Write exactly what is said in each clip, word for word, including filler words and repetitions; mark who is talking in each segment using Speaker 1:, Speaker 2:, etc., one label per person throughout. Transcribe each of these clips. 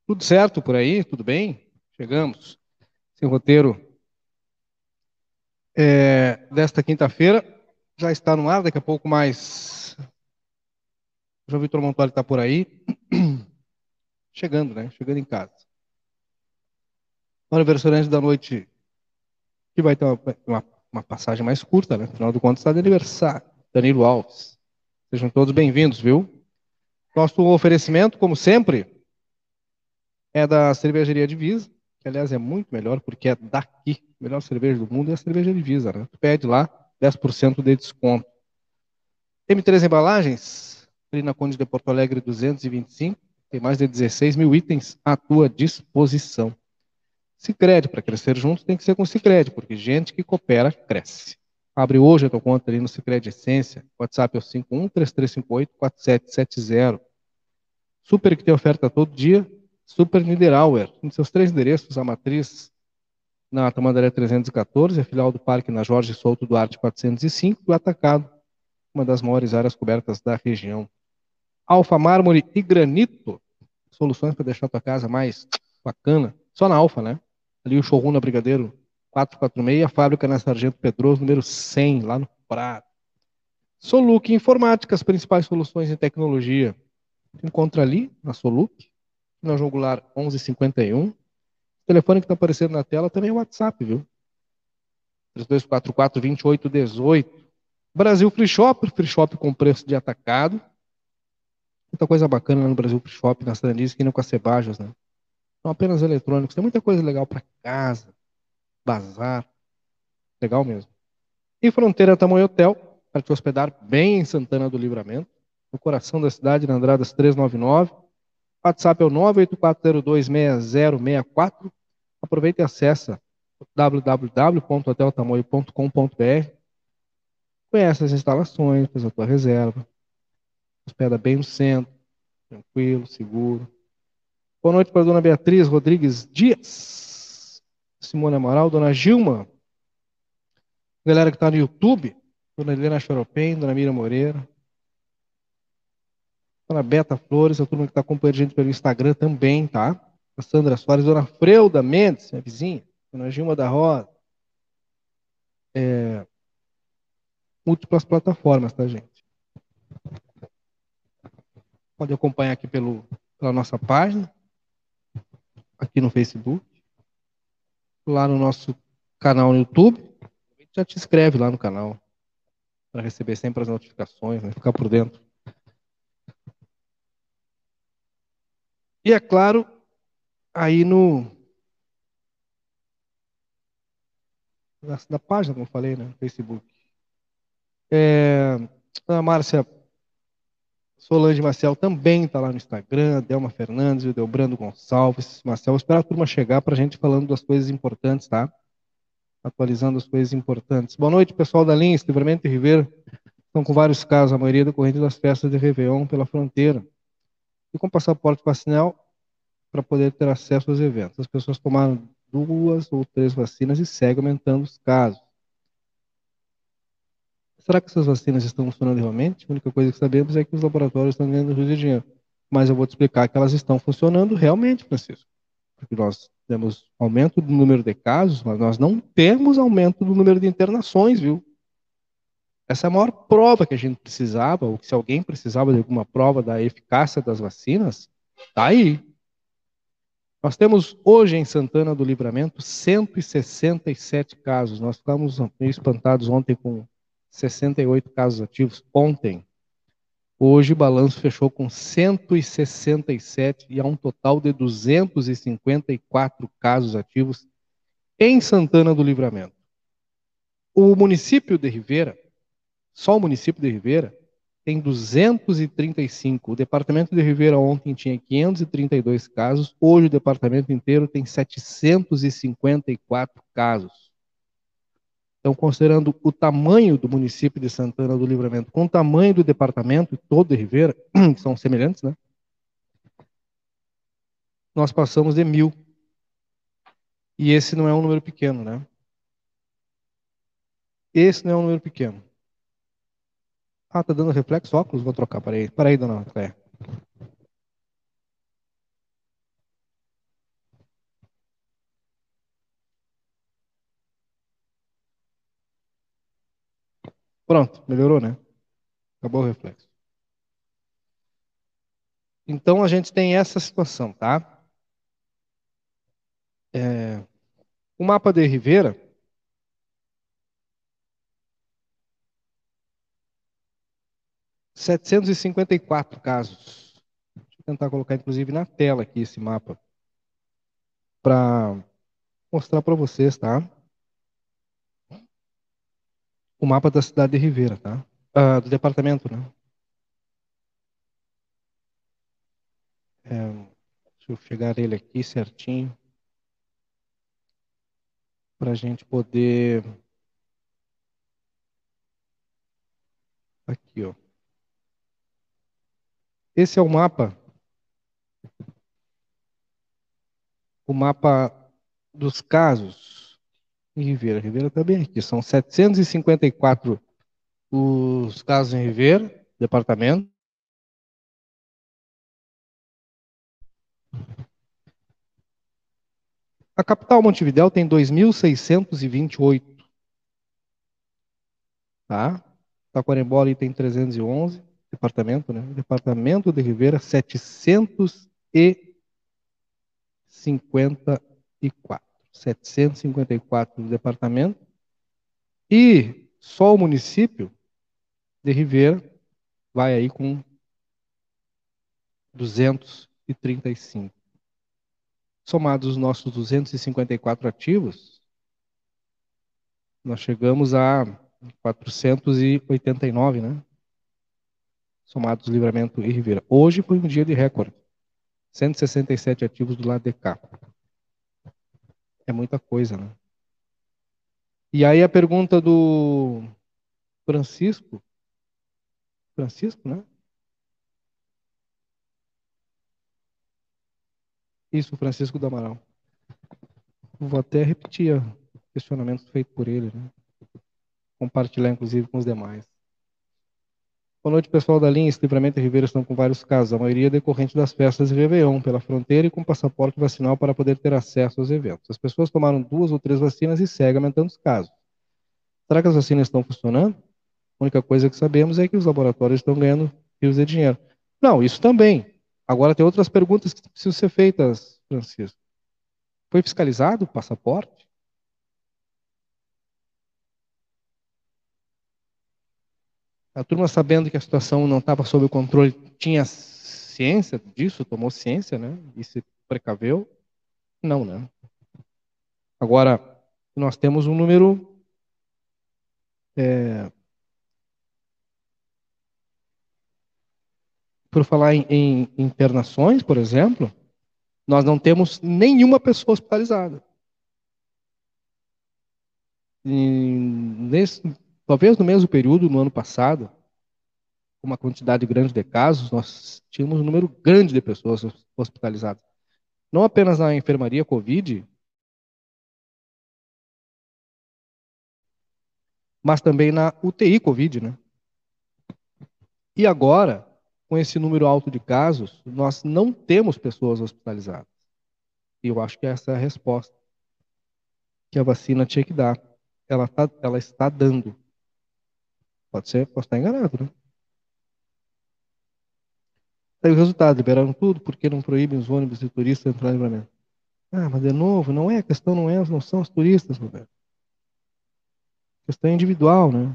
Speaker 1: Tudo certo por aí? Tudo bem? Chegamos. Esse roteiro é, desta quinta-feira já está no ar, daqui a pouco mais. O João Vitor Montoli está por aí. Chegando, né? Chegando em casa. O aniversariante da noite, que vai ter uma, uma, uma passagem mais curta, né? Afinal de contas, está de aniversário. Danilo Alves. Sejam todos bem-vindos, viu? Nosso oferecimento, como sempre, é da Cervejaria Divisa, que aliás é muito melhor porque é daqui. A melhor cerveja do mundo é a Cerveja Divisa, né? Tu pede lá dez por cento de desconto. M três Embalagens, ali na Conde de Porto Alegre duzentos e vinte e cinco, tem mais de dezesseis mil itens à tua disposição. Sicredi, para crescer juntos tem que ser com Sicredi, porque gente que coopera, cresce. Abre hoje a tua conta ali no Sicredi Essência, WhatsApp é o cinco um três três cinco oito quatro sete sete zero. Super que tem oferta todo dia, Super Niederauer, em seus três endereços, a matriz na Tamandaré trezentos e quatorze, a filial do parque na Jorge Souto Duarte quatrocentos e cinco, e o Atacado, uma das maiores áreas cobertas da região. Alfa Mármore e Granito, soluções para deixar a tua casa mais bacana, só na Alfa, né? Ali o showroom na Brigadeiro quatrocentos e quarenta e seis, a fábrica na Sargento Pedroso, número cem, lá no Prado. Soluc Informática, as principais soluções em tecnologia. Tu encontra ali, na Soluc, na João Goulart onze cinquenta e um. O telefone que está aparecendo na tela também é o WhatsApp, viu? três dois quatro quatro, dois oito um oito. Brasil Free Shop, Free Shop com preço de atacado. Muita coisa bacana lá no Brasil Free Shop, na Cidadania, esquina com a Cebajos, né? Não apenas eletrônicos, tem muita coisa legal para casa, bazar, legal mesmo. E Fronteira Tamanho Hotel, para te hospedar bem em Santana do Livramento, no coração da cidade, na Andradas trezentos e noventa e nove. WhatsApp é o nove oito quatro zero dois seis zero seis quatro. Aproveita e acessa w w w ponto hotel tamoio ponto com ponto b r. Conhece as instalações, faz a tua reserva, hospeda bem no centro, tranquilo, seguro. Boa noite para a dona Beatriz Rodrigues Dias, Simone Amaral, dona Gilma, galera que está no YouTube, dona Helena Charopem, dona Mira Moreira, dona Beta Flores, a turma que está acompanhando a gente pelo Instagram também, tá? A Sandra Soares, dona Freuda Mendes, minha vizinha, dona Gilma da Rosa, é, múltiplas plataformas, tá, gente? Pode acompanhar aqui pelo, pela nossa página, aqui no Facebook, lá no nosso canal no YouTube. Já te inscreve lá no canal para receber sempre as notificações, né? Ficar por dentro. E é claro, aí no na, na página, como eu falei, né, no Facebook. É, a Márcia Solange Marcel também está lá no Instagram, Delma Fernandes, o Delbrando Gonçalves. Marcel, vou esperar a turma chegar para a gente falando das coisas importantes, tá? Atualizando as coisas importantes. Boa noite, pessoal da Lins, Livramento e Ribeira. Estão com vários casos, a maioria decorrente das festas de Réveillon pela fronteira. E com passaporte vacinal para poder ter acesso aos eventos. As pessoas tomaram duas ou três vacinas e segue aumentando os casos. Será que essas vacinas estão funcionando realmente? A única coisa que sabemos é que os laboratórios estão ganhando rios de dinheiro. Mas eu vou te explicar que elas estão funcionando realmente, Francisco. Porque nós temos aumento do número de casos, mas nós não temos aumento do número de internações, viu? Essa é a maior prova que a gente precisava, ou que se alguém precisava de alguma prova da eficácia das vacinas, tá aí. Nós temos hoje em Santana do Livramento cento e sessenta e sete casos. Nós ficamos meio espantados ontem com sessenta e oito casos ativos. Ontem. Hoje o balanço fechou com cento e sessenta e sete e há um total de duzentos e cinquenta e quatro casos ativos em Santana do Livramento. O município de Ribeira, só o município de Ribeira, tem duzentos e trinta e cinco. O departamento de Ribeira ontem tinha quinhentos e trinta e dois casos, hoje o departamento inteiro tem setecentos e cinquenta e quatro casos. Então, considerando o tamanho do município de Santana do Livramento com o tamanho do departamento todo de Ribeira, que são semelhantes, né? Nós passamos de mil. E esse não é um número pequeno, né? Esse não é um número pequeno. Ah, tá dando reflexo óculos? Vou trocar, para aí. Para aí, dona Cléia. Pronto, melhorou, né? Acabou o reflexo. Então a gente tem essa situação, tá? É, o mapa de Rivera, setecentos e cinquenta e quatro casos. Deixa eu tentar colocar inclusive na tela aqui esse mapa para mostrar para vocês, tá? O mapa da cidade de Rivera, tá? Ah, do departamento, né? É, deixa eu chegar ele aqui certinho para a gente poder. Aqui, ó. Esse é o mapa, o mapa dos casos em Rivera. Rivera está bem aqui. São setecentos e cinquenta e quatro os casos em Rivera, departamento. A capital Montevidéu tem dois mil seiscentos e vinte e oito, tá? Taquarembó ali tem trezentos e onze, departamento, né? Departamento de Rivera, setecentos e cinquenta e quatro. setecentos e cinquenta e quatro no departamento. E só o município de Rivera vai aí com duzentos e trinta e cinco. Somados os nossos duzentos e cinquenta e quatro ativos, nós chegamos a quatrocentos e oitenta e nove, né? Somados Livramento e Rivera. Hoje foi um dia de recorde. cento e sessenta e sete ativos do lado de cá. É muita coisa, né? E aí a pergunta do Francisco, Francisco, né? Isso, Francisco do Amaral. Vou até repetir o questionamento feito por ele, né? Compartilhar, inclusive, com os demais. Boa noite, pessoal da linha. Esse Livramento e Ribeira estão com vários casos, a maioria decorrente das festas de Réveillon, pela fronteira e com passaporte vacinal para poder ter acesso aos eventos. As pessoas tomaram duas ou três vacinas e segue aumentando os casos. Será que as vacinas estão funcionando? A única coisa que sabemos é que os laboratórios estão ganhando rios de dinheiro. Não, isso também. Agora tem outras perguntas que precisam ser feitas, Francisco. Foi fiscalizado o passaporte? A turma, sabendo que a situação não estava sob controle, tinha ciência disso, tomou ciência, né? E se precaveu? Não, né? Agora, nós temos um número. É, por falar em, em internações, por exemplo, nós não temos nenhuma pessoa hospitalizada. E nesse, talvez no mesmo período, no ano passado, com uma quantidade grande de casos, nós tínhamos um número grande de pessoas hospitalizadas. Não apenas na enfermaria Covid, mas também na U T I Covid, né? E agora, com esse número alto de casos, nós não temos pessoas hospitalizadas. E eu acho que essa é a resposta que a vacina tinha que dar. Ela, tá, ela está dando. Pode ser, posso estar enganado, né? Aí o resultado, liberaram tudo, porque não proíbem os ônibus e turistas entrarem em Livramento? Ah, mas de novo, não é, a questão não é, não são os turistas, Roberto. A questão é individual, né?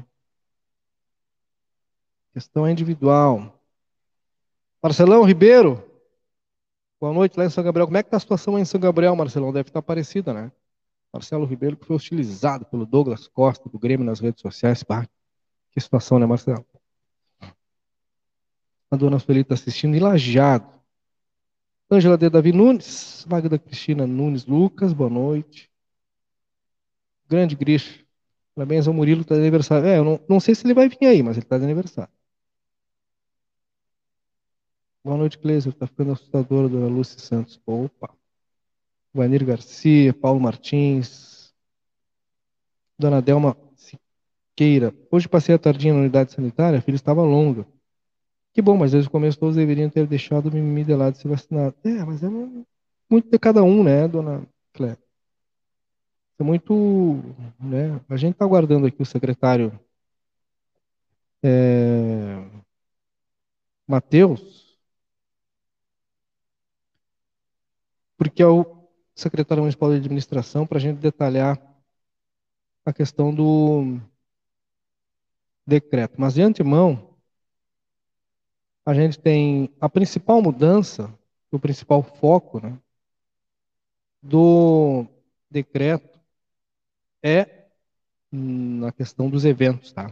Speaker 1: A questão é individual. Marcelão Ribeiro, boa noite lá em São Gabriel. Como é que está a situação aí em São Gabriel, Marcelão? Deve estar parecida, né? Marcelo Ribeiro, que foi hostilizado pelo Douglas Costa, do Grêmio, nas redes sociais. Pá, que situação, né, Marcelo? A dona Sueli está assistindo em Lajeado. Ângela de Davi Nunes, Magda Cristina Nunes Lucas, boa noite. Grande Gris, parabéns ao Murilo, está de aniversário. É, eu não, não sei se ele vai vir aí, mas ele está de aniversário. Boa noite, Cleiser. Está ficando assustadora, dona Lúcia Santos. Opa. Vanir Garcia, Paulo Martins, dona Delma Siqueira. Hoje passei a tardinha na unidade sanitária, a fila estava longa. Que bom, mas desde o começo todos deveriam ter deixado o mimimi de lado e se vacinado. É, mas é muito de cada um, né, dona Cléia? É muito, né? A gente está aguardando aqui o secretário é, Matheus, porque é o secretário municipal de administração, para a gente detalhar a questão do decreto. Mas, de antemão, a gente tem a principal mudança, o principal foco, né, do decreto é na questão dos eventos, tá?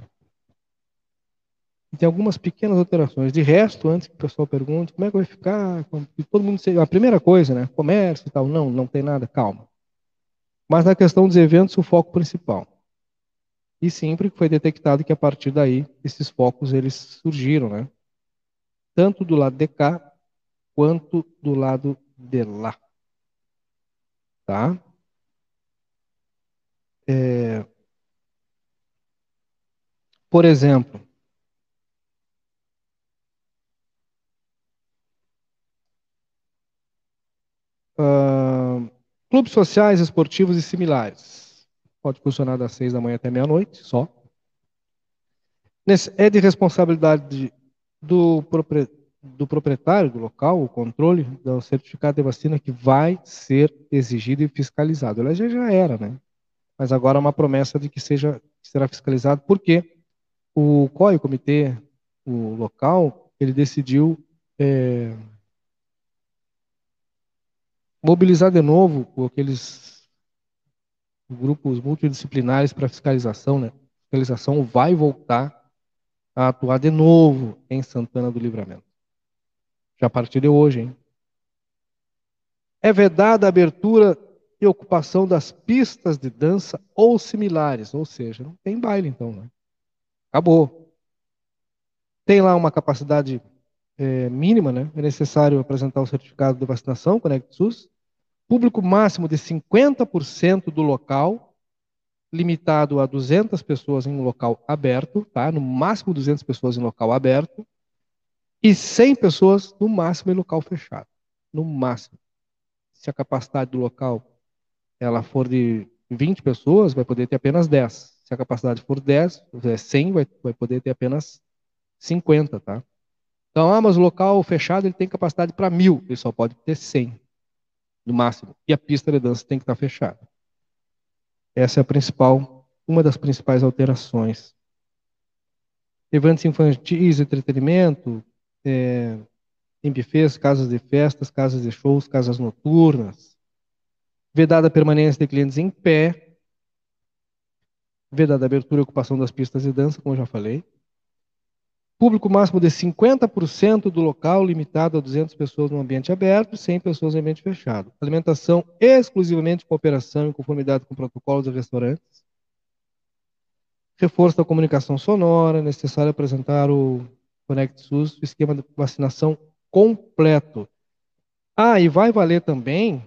Speaker 1: E tem algumas pequenas alterações. De resto, antes que o pessoal pergunte como é que vai ficar, e todo mundo sei, a primeira coisa, né, comércio e tal, não, não tem nada, calma. Mas na questão dos eventos, o foco principal. E sempre foi detectado que a partir daí esses focos eles surgiram, né? Tanto do lado de cá quanto do lado de lá, tá? É, por exemplo, ah, clubes sociais, esportivos e similares. Pode funcionar das seis da manhã até meia-noite, só. Nesse, é de responsabilidade do, propri, do proprietário do local, o controle do certificado de vacina que vai ser exigido e fiscalizado. Ela já, já era, né? Mas agora há uma promessa de que seja que será fiscalizado, porque o C O I, o comitê, o local, ele decidiu é, mobilizar de novo aqueles grupos multidisciplinares para fiscalização, né? A fiscalização vai voltar a atuar de novo em Santana do Livramento. Já a partir de hoje, hein? É vedada a abertura e ocupação das pistas de dança ou similares, ou seja, não tem baile então, né? Acabou. Tem lá uma capacidade é, mínima, né? É necessário apresentar o certificado de vacinação, Conect SUS. Público máximo de cinquenta por cento do local, limitado a duzentas pessoas em um local aberto, tá? No máximo duzentas pessoas em local aberto. E cem pessoas no máximo em local fechado. No máximo. Se a capacidade do local ela for de vinte pessoas, vai poder ter apenas dez. Se a capacidade for dez, cem, vai, vai poder ter apenas cinquenta, tá? Então, ah, mas o local fechado ele tem capacidade para mil, ele só pode ter cem, no máximo. E a pista de dança tem que estar fechada. Essa é a principal, uma das principais alterações. Eventos infantis, entretenimento, é, em bufês, casas de festas, casas de shows, casas noturnas. Vedada a permanência de clientes em pé. Vedada a abertura e ocupação das pistas de dança, como eu já falei. Público máximo de cinquenta por cento do local, limitado a duzentas pessoas no ambiente aberto e cem pessoas no ambiente fechado. Alimentação exclusivamente com operação em conformidade com protocolos de restaurantes. Reforço da comunicação sonora, necessário apresentar o Conect SUS, o esquema de vacinação completo. Ah, e vai valer também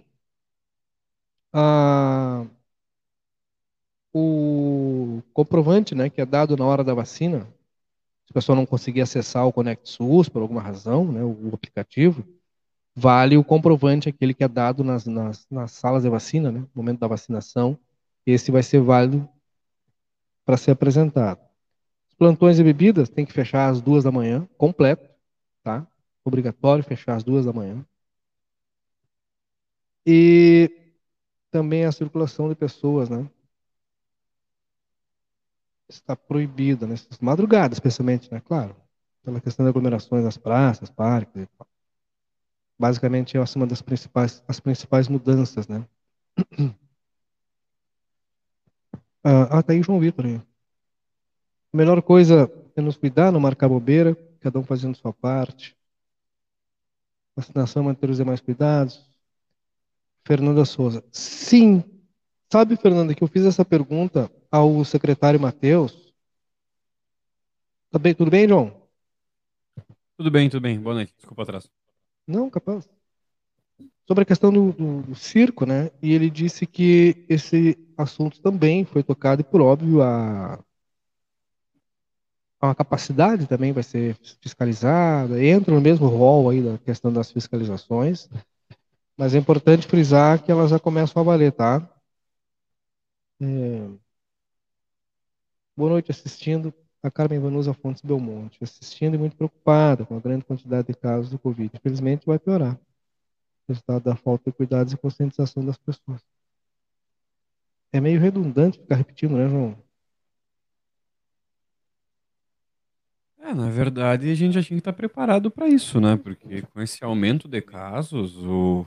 Speaker 1: a, o comprovante, né, que é dado na hora da vacina. Se a pessoa não conseguir acessar o Conect SUS por alguma razão, né, o aplicativo, vale o comprovante, aquele que é dado nas, nas, nas salas de vacina, né, no momento da vacinação. Esse vai ser válido para ser apresentado. Os plantões e bebidas tem que fechar às duas da manhã, completo, tá? Obrigatório fechar às duas da manhã. E também a circulação de pessoas, né? Está proibida, nessas madrugadas, especialmente, né? Claro, pela questão de aglomerações nas praças, parques e tal. Basicamente, essa é uma das principais, as principais mudanças, né? Ah, ah, tá aí João Vitor aí. A melhor coisa é nos cuidar, não marcar bobeira, cada um fazendo sua parte. Vacinação, manter os demais cuidados. Fernanda Souza. Sim. Sabe, Fernanda, que eu fiz essa pergunta ao secretário Matheus. Tá bem, tudo bem, João?
Speaker 2: Tudo bem, tudo bem. Boa noite. Desculpa o atraso.
Speaker 1: Não, capaz. Sobre a questão do, do, do circo, né? E ele disse que esse assunto também foi tocado e, por óbvio, a, a capacidade também vai ser fiscalizada, entra no mesmo rol aí da questão das fiscalizações, mas é importante frisar que elas já começam a valer, tá? É, boa noite assistindo A Carmen Vanusa Fontes Belmonte, assistindo e muito preocupada com a grande quantidade de casos do Covid. Infelizmente vai piorar. Resultado da falta de cuidados e conscientização das pessoas. É meio redundante ficar repetindo, né, João?
Speaker 2: É, na verdade, a gente já tinha que estar preparado para isso, né? Porque com esse aumento de casos, o,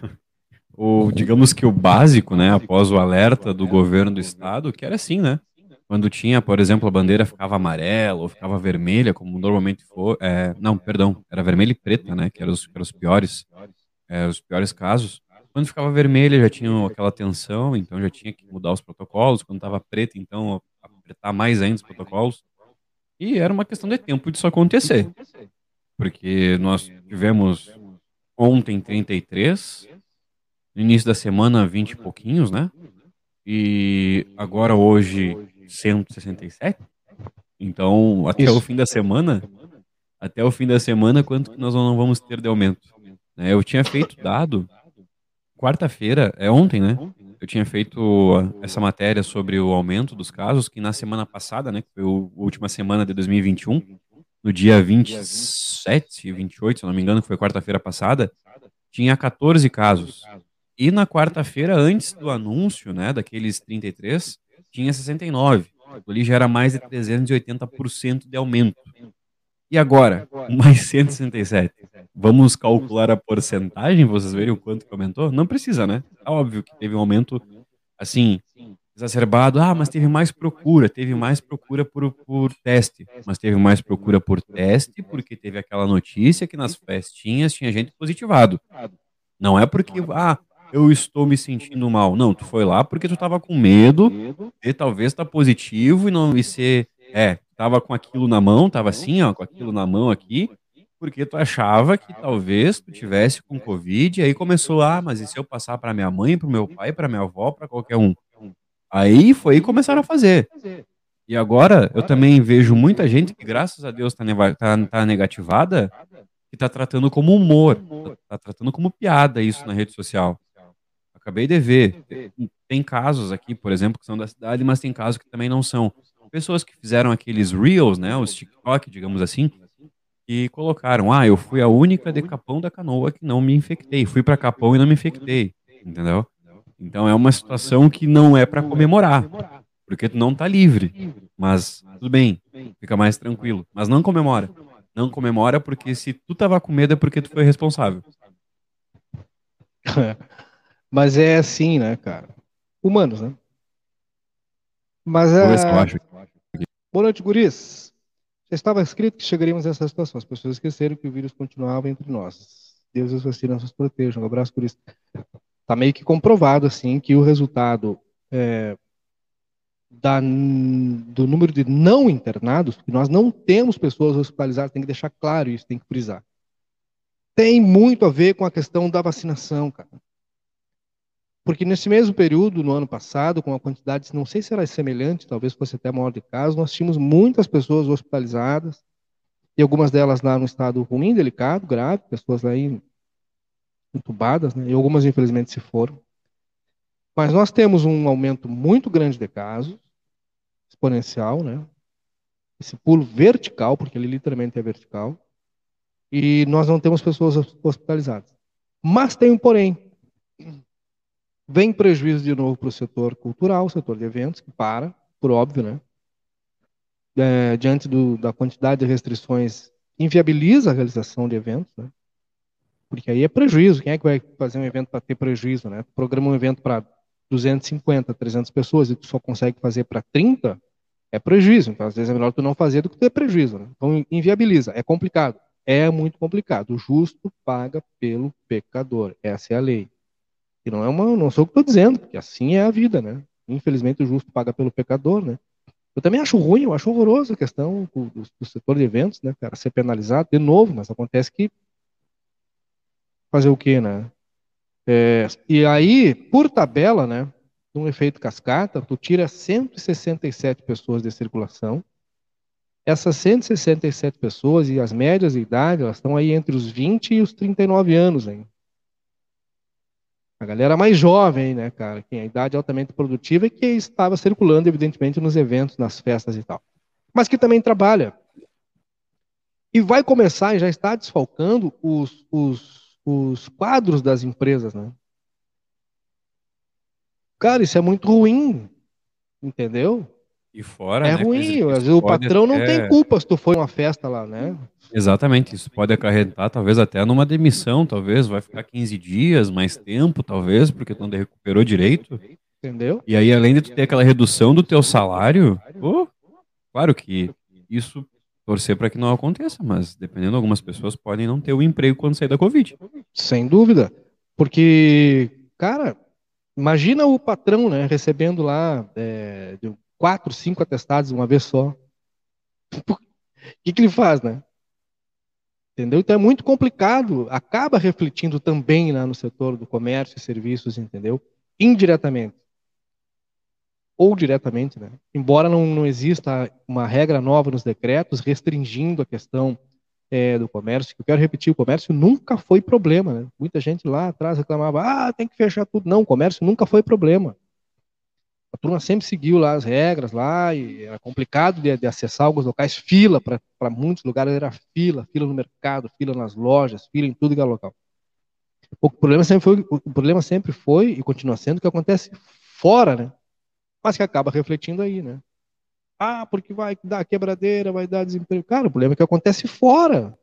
Speaker 2: o, digamos que o básico, né, após o alerta do governo do estado, que era assim, né? Quando tinha, por exemplo, a bandeira ficava amarela ou ficava vermelha, como normalmente for, é, não, perdão, era vermelha e preta, né? Que eram os, que eram os piores, é, os piores casos. Quando ficava vermelha já tinha aquela tensão, então já tinha que mudar os protocolos. Quando estava preta, então apertar mais ainda os protocolos. E era uma questão de tempo disso acontecer, porque nós tivemos ontem trinta e três, no início da semana vinte e pouquinhos, né? E agora hoje cento e sessenta e sete. Então, até o
Speaker 1: Isso.
Speaker 2: fim da semana, até o fim da semana, quanto que nós não vamos ter de aumento? Né, eu tinha feito dado, quarta-feira, é ontem, né? Eu tinha feito uh, essa matéria sobre o aumento dos casos, que na semana passada, né, que foi o- a última semana de dois mil e vinte e um, no dia vinte e sete, vinte e oito, se eu não me engano, que foi quarta-feira passada, tinha quatorze casos. E na quarta-feira, antes do anúncio, né, daqueles trinta e três, tinha sessenta e nove. Aquilo ali já era mais de trezentos e oitenta por cento de aumento. E agora, mais cento e sessenta e sete. Vamos calcular a porcentagem, vocês verem o quanto que aumentou? Não precisa, né? É óbvio que teve um aumento, assim, exacerbado. Ah, mas teve mais procura, teve mais procura por, por teste. Mas teve mais procura por teste porque teve aquela notícia que nas festinhas tinha gente positivado. Não é porque, ah, eu estou me sentindo mal. Não, tu foi lá porque tu tava com medo de talvez estar positivo e não e ser, é, tava com aquilo na mão, tava assim, ó, com aquilo na mão aqui, porque tu achava que talvez tu tivesse com Covid, e aí começou, ah, mas e se eu passar para minha mãe, para o meu pai, para minha avó, para qualquer um? Aí foi e começaram a fazer. E agora eu também vejo muita gente que, graças a Deus, tá, neva- tá, tá negativada, que tá tratando como humor, tá, tá tratando como piada isso na rede social. Acabei de ver. Tem, tem casos aqui, por exemplo, que são da cidade, mas tem casos que também não são. Pessoas que fizeram aqueles Reels, né, os TikTok, digamos assim, e colocaram, ah, eu fui a única de Capão da Canoa que não me infectei. Fui para Capão e não me infectei, entendeu? Então é uma situação que não é para comemorar, porque tu não tá livre. Mas tudo bem, fica mais tranquilo. Mas não comemora. Não comemora porque se tu tava com medo é porque tu foi responsável.
Speaker 1: Mas é assim, né, cara? Humanos, né? Mas
Speaker 2: Vou ver se eu
Speaker 1: a.
Speaker 2: acho.
Speaker 1: Boa noite, guris. Já estava escrito que chegaríamos a essa situação. As pessoas esqueceram que o vírus continuava entre nós. Deus e as vacinas nos protejam. Um abraço, guris. Tá meio que comprovado, assim, que o resultado é, da, do número de não internados, porque nós não temos pessoas hospitalizadas, tem que deixar claro isso, tem que frisar. Tem muito a ver com a questão da vacinação, cara. Porque nesse mesmo período, no ano passado, com a quantidade, não sei se era semelhante, talvez fosse até maior de casos, nós tínhamos muitas pessoas hospitalizadas, e algumas delas lá no estado ruim, delicado, grave, pessoas lá entubadas, né? E algumas infelizmente se foram. Mas nós temos um aumento muito grande de casos, exponencial, né? Esse pulo vertical, porque ele literalmente é vertical, e nós não temos pessoas hospitalizadas. Mas tem um porém. Vem prejuízo de novo para o setor cultural, setor de eventos, que para, por óbvio, né? É, diante do, da quantidade de restrições, inviabiliza a realização de eventos, né? Porque aí é prejuízo. Quem é que vai fazer um evento para ter prejuízo, né? Programa um evento para duzentas e cinquenta, trezentas pessoas e tu só consegue fazer para trinta, é prejuízo. Então, às vezes é melhor tu não fazer do que ter prejuízo, né? Então, inviabiliza. É complicado. É muito complicado. O justo paga pelo pecador. Essa é a lei. E não é uma, não sou o que estou dizendo, porque assim é a vida, né? Infelizmente o justo paga pelo pecador, né? Eu também acho ruim, eu acho horroroso a questão do, do, do setor de eventos, né, cara, ser penalizado de novo, mas acontece que fazer o quê, né? É, e aí, por tabela, né, um efeito cascata, tu tira cento e sessenta e sete pessoas de circulação. Essas cento e sessenta e sete pessoas e as médias de idade, elas estão aí entre os vinte e os trinta e nove anos, hein? A galera mais jovem, né, cara, que tem a idade altamente produtiva e que estava circulando, evidentemente, nos eventos, nas festas e tal. mas que também trabalha. E vai começar e já está desfalcando os, os, os quadros das empresas, né? Cara, isso é muito ruim, entendeu?
Speaker 2: E fora,
Speaker 1: É
Speaker 2: né, Cris,
Speaker 1: ruim,
Speaker 2: que
Speaker 1: às
Speaker 2: isso
Speaker 1: vezes o
Speaker 2: pode
Speaker 1: patrão não tem
Speaker 2: até.
Speaker 1: culpa se tu foi uma festa lá, né?
Speaker 2: Exatamente, isso pode acarretar talvez até numa demissão, talvez, vai ficar quinze dias, mais tempo, talvez, porque tu não recuperou direito.
Speaker 1: Entendeu?
Speaker 2: E aí, além de tu ter aquela redução do teu salário, pô, claro que isso torcer para que não aconteça, mas dependendo, algumas pessoas podem não ter o emprego quando sair da Covid.
Speaker 1: Sem dúvida. Porque, cara, imagina o patrão, né, recebendo lá é, de quatro, cinco atestados de uma vez só. O que, que ele faz, né? Entendeu? Então é muito complicado. Acaba refletindo também lá no setor do comércio e serviços, entendeu? Indiretamente. Ou diretamente, né? Embora não, não exista uma regra nova nos decretos restringindo a questão é, do comércio, que eu quero repetir, o comércio nunca foi problema, né? Muita gente lá atrás reclamava, ah, tem que fechar tudo. Não, o comércio nunca foi problema. A turma sempre seguiu lá as regras lá, e era complicado de, de acessar alguns locais, fila para muitos lugares era fila, fila no mercado, fila nas lojas, fila em tudo que é local. O problema sempre foi, o problema sempre foi e continua sendo o que acontece fora, né? Mas que acaba refletindo aí, né? Ah, porque vai dar quebradeira, vai dar desemprego. Cara, o problema é que acontece fora.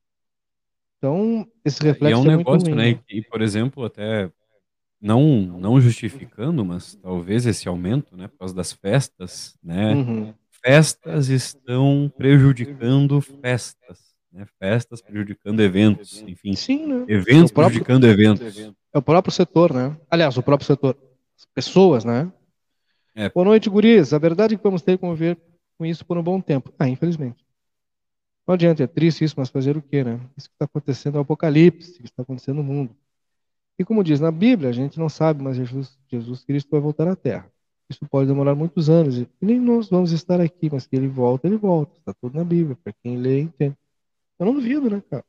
Speaker 1: Então, esse
Speaker 2: É, e é um
Speaker 1: reflexo é muito
Speaker 2: negócio,
Speaker 1: ruim,
Speaker 2: né?
Speaker 1: né?
Speaker 2: E, por exemplo, até não não justificando, mas talvez esse aumento, né, por causa das festas, né?
Speaker 1: Uhum.
Speaker 2: Festas estão prejudicando festas, né? Festas prejudicando eventos, enfim,
Speaker 1: Sim, né? É o
Speaker 2: eventos
Speaker 1: próprio,
Speaker 2: prejudicando eventos.
Speaker 1: é o próprio setor, né? Aliás, o próprio setor. As pessoas, né?
Speaker 2: É,
Speaker 1: Boa noite, guris. A verdade é que vamos ter que conviver com isso por um bom tempo. Ah, infelizmente. Não adianta, é triste isso, mas fazer o quê, né? Isso que está acontecendo é o apocalipse, que está acontecendo no mundo. E como diz na Bíblia, a gente não sabe, mas Jesus, Jesus Cristo vai voltar à Terra. Isso pode demorar muitos anos, e nem nós vamos estar aqui, mas que ele volta, ele volta. Está tudo na Bíblia, para quem lê, entende. Eu não duvido, né, cara?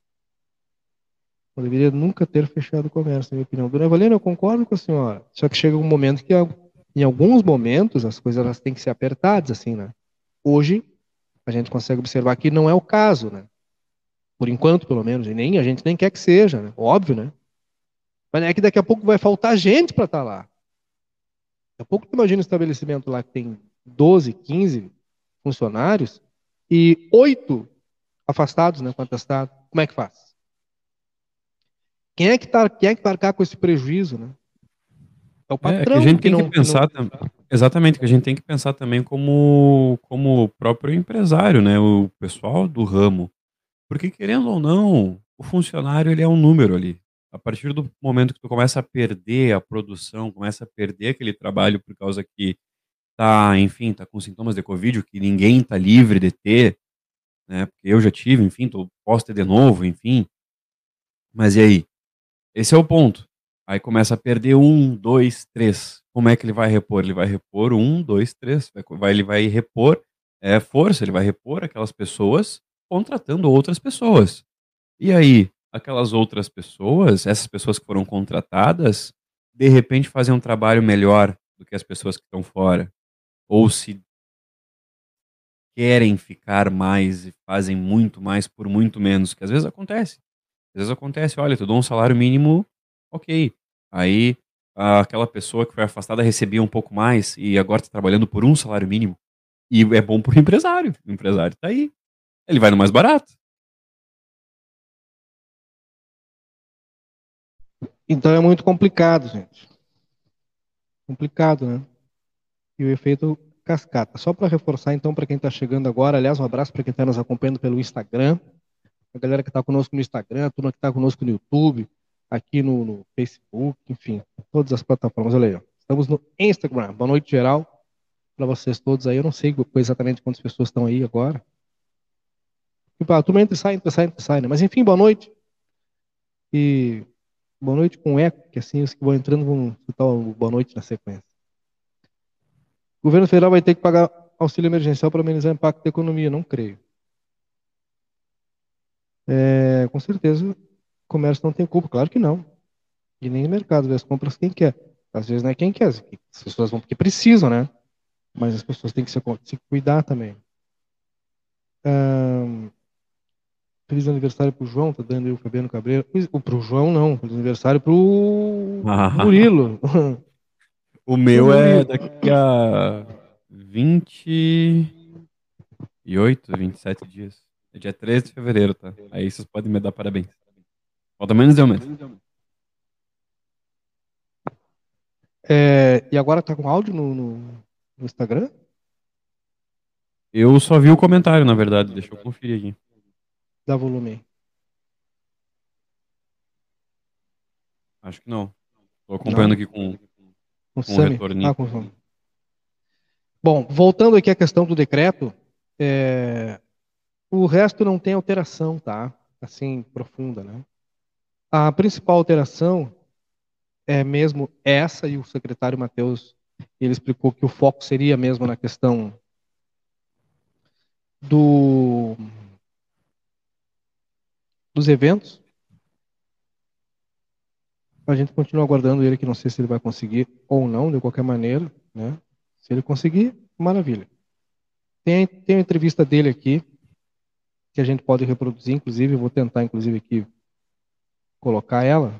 Speaker 1: Eu deveria nunca ter fechado o comércio, na minha opinião. Dona Evalina, eu concordo com a senhora. Só que chega um momento que, em alguns momentos, as coisas elas têm que ser apertadas, assim, né? Hoje, a gente consegue observar que não é o caso, né? Por enquanto, pelo menos. E nem a gente nem quer que seja, né? Óbvio, né? Mas é que daqui a pouco vai faltar gente para estar lá. Daqui a pouco tu imagina um estabelecimento lá que tem doze, quinze funcionários e oito afastados, né? Com atestado. Como é que faz? Quem é que tá, quem é que vai arcar com esse prejuízo, né? É o
Speaker 2: é, é que a
Speaker 1: patrão
Speaker 2: gente
Speaker 1: que
Speaker 2: tem que
Speaker 1: não, que não.
Speaker 2: pensar tam- exatamente, que a gente tem que pensar também como como o próprio empresário, né, o pessoal do ramo. Porque querendo ou não, o funcionário ele é um número ali. A partir do momento que tu começa a perder a produção, começa a perder aquele trabalho por causa que tá, enfim, tá com sintomas de Covid, o que ninguém tá livre de ter, né? Porque eu já tive, enfim, tô, posso ter de novo, enfim. Mas e aí? Esse é o ponto. Aí começa a perder um, dois, três. Como é que ele vai repor? Ele vai repor um, dois, três. Vai, vai- ele vai repor é, força, ele vai repor aquelas pessoas contratando outras pessoas. E aí, aquelas outras pessoas, essas pessoas que foram contratadas, de repente fazem um trabalho melhor do que as pessoas que estão fora. Ou se querem ficar mais e fazem muito mais por muito menos, que às vezes acontece. Às vezes acontece, olha, tu dou um salário mínimo, ok. Aí ah, aquela pessoa que foi afastada recebia um pouco mais e agora está trabalhando por um salário mínimo. E é bom pro empresário. O empresário tá aí. Ele vai no mais barato.
Speaker 1: Então é muito complicado, gente. Complicado, né? E o efeito cascata. Só para reforçar, então, para quem está chegando agora, aliás, um abraço para quem está nos acompanhando pelo Instagram, a galera que está conosco no Instagram, a turma que está conosco no YouTube, aqui no, no Facebook, enfim, todas as plataformas. Olha aí, ó. Estamos no Instagram. Boa noite, geral, para vocês todos aí. Eu não sei exatamente quantas pessoas estão aí agora. Tipo, a turma entra e sai, entra e sai, entra e sai, né? Mas enfim, boa noite. E boa noite com eco, que assim os que vão entrando vão escutar o boa noite na sequência. O governo federal vai ter que pagar auxílio emergencial para amenizar o impacto da economia, não creio. É, com certeza, o comércio não tem culpa, claro que não. E nem o mercado, vê as compras quem quer. Às vezes não é quem quer, as pessoas vão porque precisam, né? Mas as pessoas têm que se, se cuidar também. Ah, feliz aniversário pro João, tá dando aí o Fabiano Cabreiro. O pro João não, feliz aniversário pro Murilo.
Speaker 2: O
Speaker 1: Pro
Speaker 2: meu é
Speaker 1: Murilo.
Speaker 2: daqui a vinte e oito, vinte e sete dias. É dia treze de fevereiro, tá? Aí vocês podem me dar parabéns. Falta menos de um mês.
Speaker 1: É, e agora tá com áudio no, no, no Instagram?
Speaker 2: Eu só vi o comentário, na verdade. Deixa eu conferir aqui.
Speaker 1: Dá volume aí.
Speaker 2: Acho que não. Tô
Speaker 1: Não?
Speaker 2: acompanhando aqui com,
Speaker 1: Com o
Speaker 2: com o
Speaker 1: Sami? Ah,
Speaker 2: retorninho.
Speaker 1: com o Sami. Bom, voltando aqui à questão do decreto, é, o resto não tem alteração, tá? Assim, profunda, né? A principal alteração é mesmo essa, e o secretário Matheus, ele explicou que o foco seria mesmo na questão do, dos eventos. A gente continua aguardando ele, que não sei se ele vai conseguir ou não, de qualquer maneira, né? Se ele conseguir, maravilha. Tem, tem uma entrevista dele aqui, que a gente pode reproduzir, inclusive, eu vou tentar, inclusive, aqui colocar ela,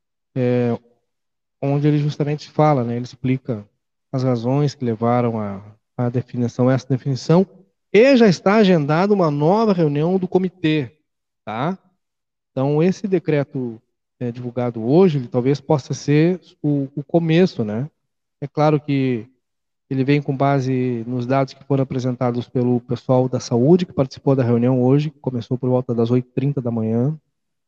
Speaker 1: onde ele justamente fala, né? Ele explica as razões que levaram à à definição, essa definição, e já está agendada uma nova reunião do comitê, tá? Então, esse decreto é, divulgado hoje, ele talvez possa ser o, o começo, né? É claro que ele vem com base nos dados que foram apresentados pelo pessoal da saúde, que participou da reunião hoje, que começou por volta das oito e trinta da manhã,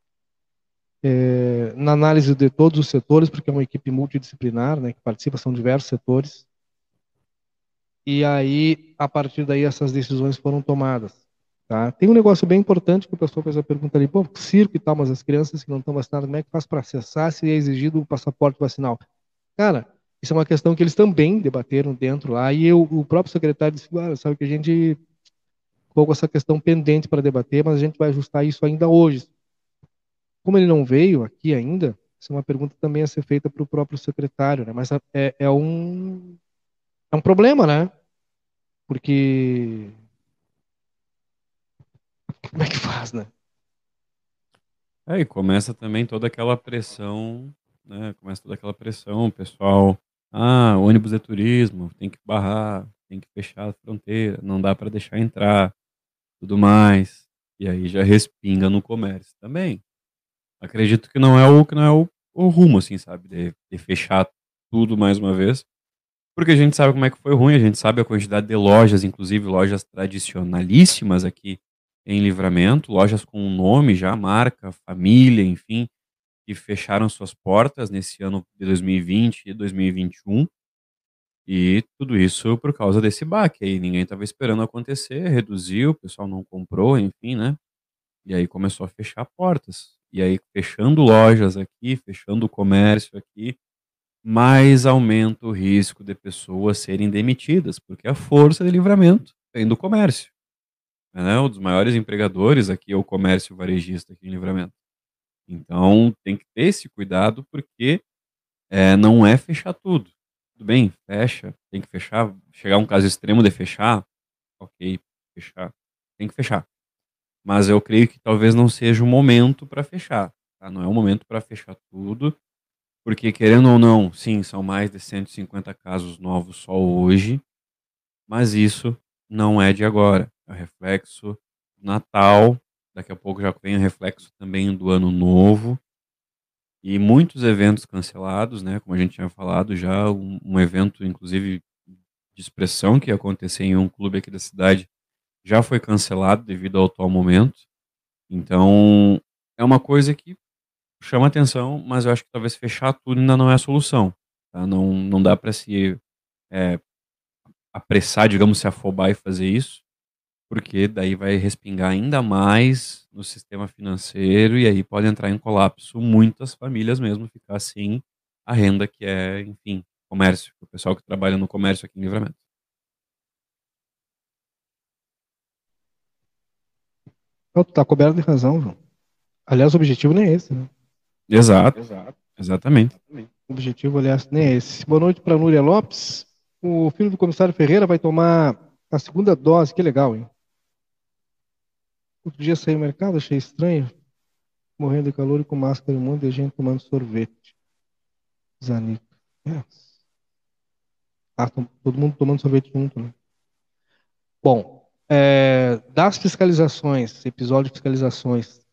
Speaker 1: é, na análise de todos os setores, porque é uma equipe multidisciplinar, né, que participa, são diversos setores, e aí, a partir daí, essas decisões foram tomadas. Tá? Tem um negócio bem importante que o pessoal fez a pergunta ali, pô, circo e tal, mas as crianças que não estão vacinadas, como é que faz para acessar se é exigido o passaporte vacinal? Cara, isso é uma questão que eles também debateram dentro lá, e eu, o próprio secretário disse, ah, sabe que a gente ficou com essa questão pendente para debater, mas a gente vai ajustar isso ainda hoje. Como ele não veio aqui ainda, isso é uma pergunta também a ser feita para o próprio secretário, né? Mas é, é, um, é um problema, né? Porque como é que faz, né?
Speaker 2: É, e começa também toda aquela pressão, né? Começa toda aquela pressão, o pessoal. Ah, ônibus é turismo, tem que barrar, tem que fechar a fronteira, não dá para deixar entrar, tudo mais. E aí já respinga no comércio também. Acredito que não é o que não é o, o rumo, assim, sabe? De, de fechar tudo mais uma vez. Porque a gente sabe como é que foi ruim, a gente sabe a quantidade de lojas, inclusive lojas tradicionalíssimas aqui em Livramento, lojas com nome já, marca, família, enfim, que fecharam suas portas nesse ano de dois mil e vinte e dois mil e vinte e um. E tudo isso por causa desse baque aí. Ninguém estava esperando acontecer, reduziu, o pessoal não comprou, enfim, né? E aí começou a fechar portas. E aí, fechando lojas aqui, fechando o comércio aqui, mais aumenta o risco de pessoas serem demitidas, porque a força de Livramento vem do comércio. Né? Um dos maiores empregadores aqui é o comércio varejista aqui em Livramento. Então, tem que ter esse cuidado, porque é, não é fechar tudo. Tudo bem, fecha, tem que fechar. Chegar a um caso extremo de fechar, ok, fechar, tem que fechar. Mas eu creio que talvez não seja o momento para fechar. Tá? Não é o momento para fechar tudo, porque querendo ou não, sim, são mais de cento e cinquenta casos novos só hoje, mas isso não é de agora. É o reflexo do Natal, daqui a pouco já vem o reflexo também do Ano Novo, e muitos eventos cancelados, né? Como a gente tinha falado já, um, um evento, inclusive, de expressão que ia acontecer em um clube aqui da cidade já foi cancelado devido ao atual momento. Então, é uma coisa que chama atenção, mas eu acho que talvez fechar tudo ainda não é a solução. Tá? Não, não dá para se é, apressar, digamos, se afobar e fazer isso, porque daí vai respingar ainda mais no sistema financeiro e aí pode entrar em colapso muitas famílias mesmo, ficar sem a renda que é, enfim, comércio, o pessoal que trabalha no comércio aqui em Livramento.
Speaker 1: Não, tu tá coberto de razão, João. Aliás, o objetivo nem é esse, né?
Speaker 2: Exato, exatamente.
Speaker 1: O objetivo, aliás, nem é esse. Boa noite para Núria Lopes. O filho do comissário Ferreira vai tomar a segunda dose, que legal, hein? Outro dia saí no mercado, achei estranho, morrendo de calor e com máscara e um monte de gente tomando sorvete. Zanica. É. Ah, tom- todo mundo tomando sorvete junto, né? Bom, é, das fiscalizações, episódio de fiscalizações,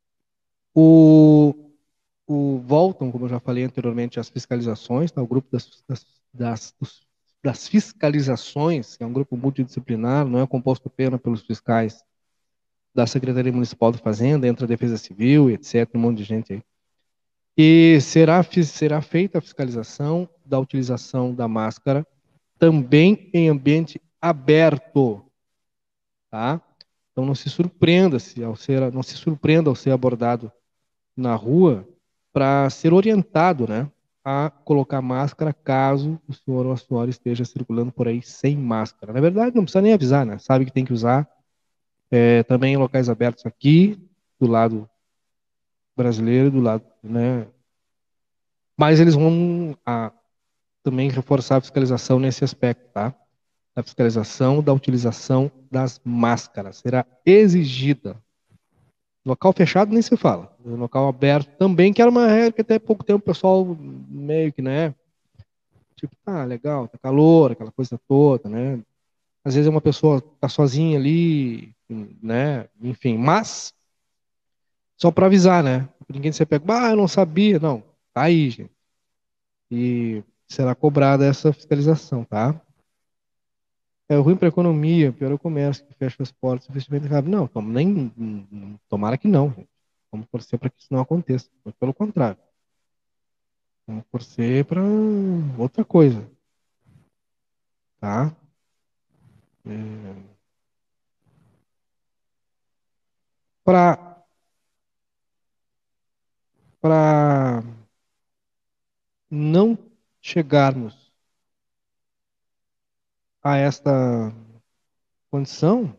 Speaker 1: o, o voltam, como eu já falei anteriormente, as fiscalizações, tá? O grupo das, das, das, dos- das fiscalizações, que é um grupo multidisciplinar, não é composto apenas pelos fiscais da Secretaria Municipal de Fazenda, entra a Defesa Civil, etcétera, um monte de gente aí. E será, fi- será feita a fiscalização da utilização da máscara também em ambiente aberto, tá? Então não se surpreenda se ao ser, não se surpreenda ao ser abordado na rua para ser orientado, né, a colocar máscara caso o senhor ou a senhora esteja circulando por aí sem máscara. Na verdade, não precisa nem avisar, né? Sabe que tem que usar. É, também em locais abertos aqui, do lado brasileiro, do lado, né? Mas eles vão a, também reforçar a fiscalização nesse aspecto, tá? A fiscalização da utilização das máscaras será exigida. Local fechado nem se fala. No local aberto também, que era uma regra que até pouco tempo o pessoal meio que, né? Tipo, ah, legal, tá calor, aquela coisa toda, né? Às vezes é uma pessoa tá sozinha ali, né? Enfim, mas só para avisar, né? Ninguém se pega, ah, eu não sabia. Não, tá aí, gente. E será cobrada essa fiscalização, tá? É ruim para a economia, pior é o comércio, que fecha as portas, o investimento errado. Não, tom- nem, tomara que não, gente. Vamos torcer para que isso não aconteça. Mas pelo contrário, vamos torcer para outra coisa, tá? É, para para não chegarmos a esta condição,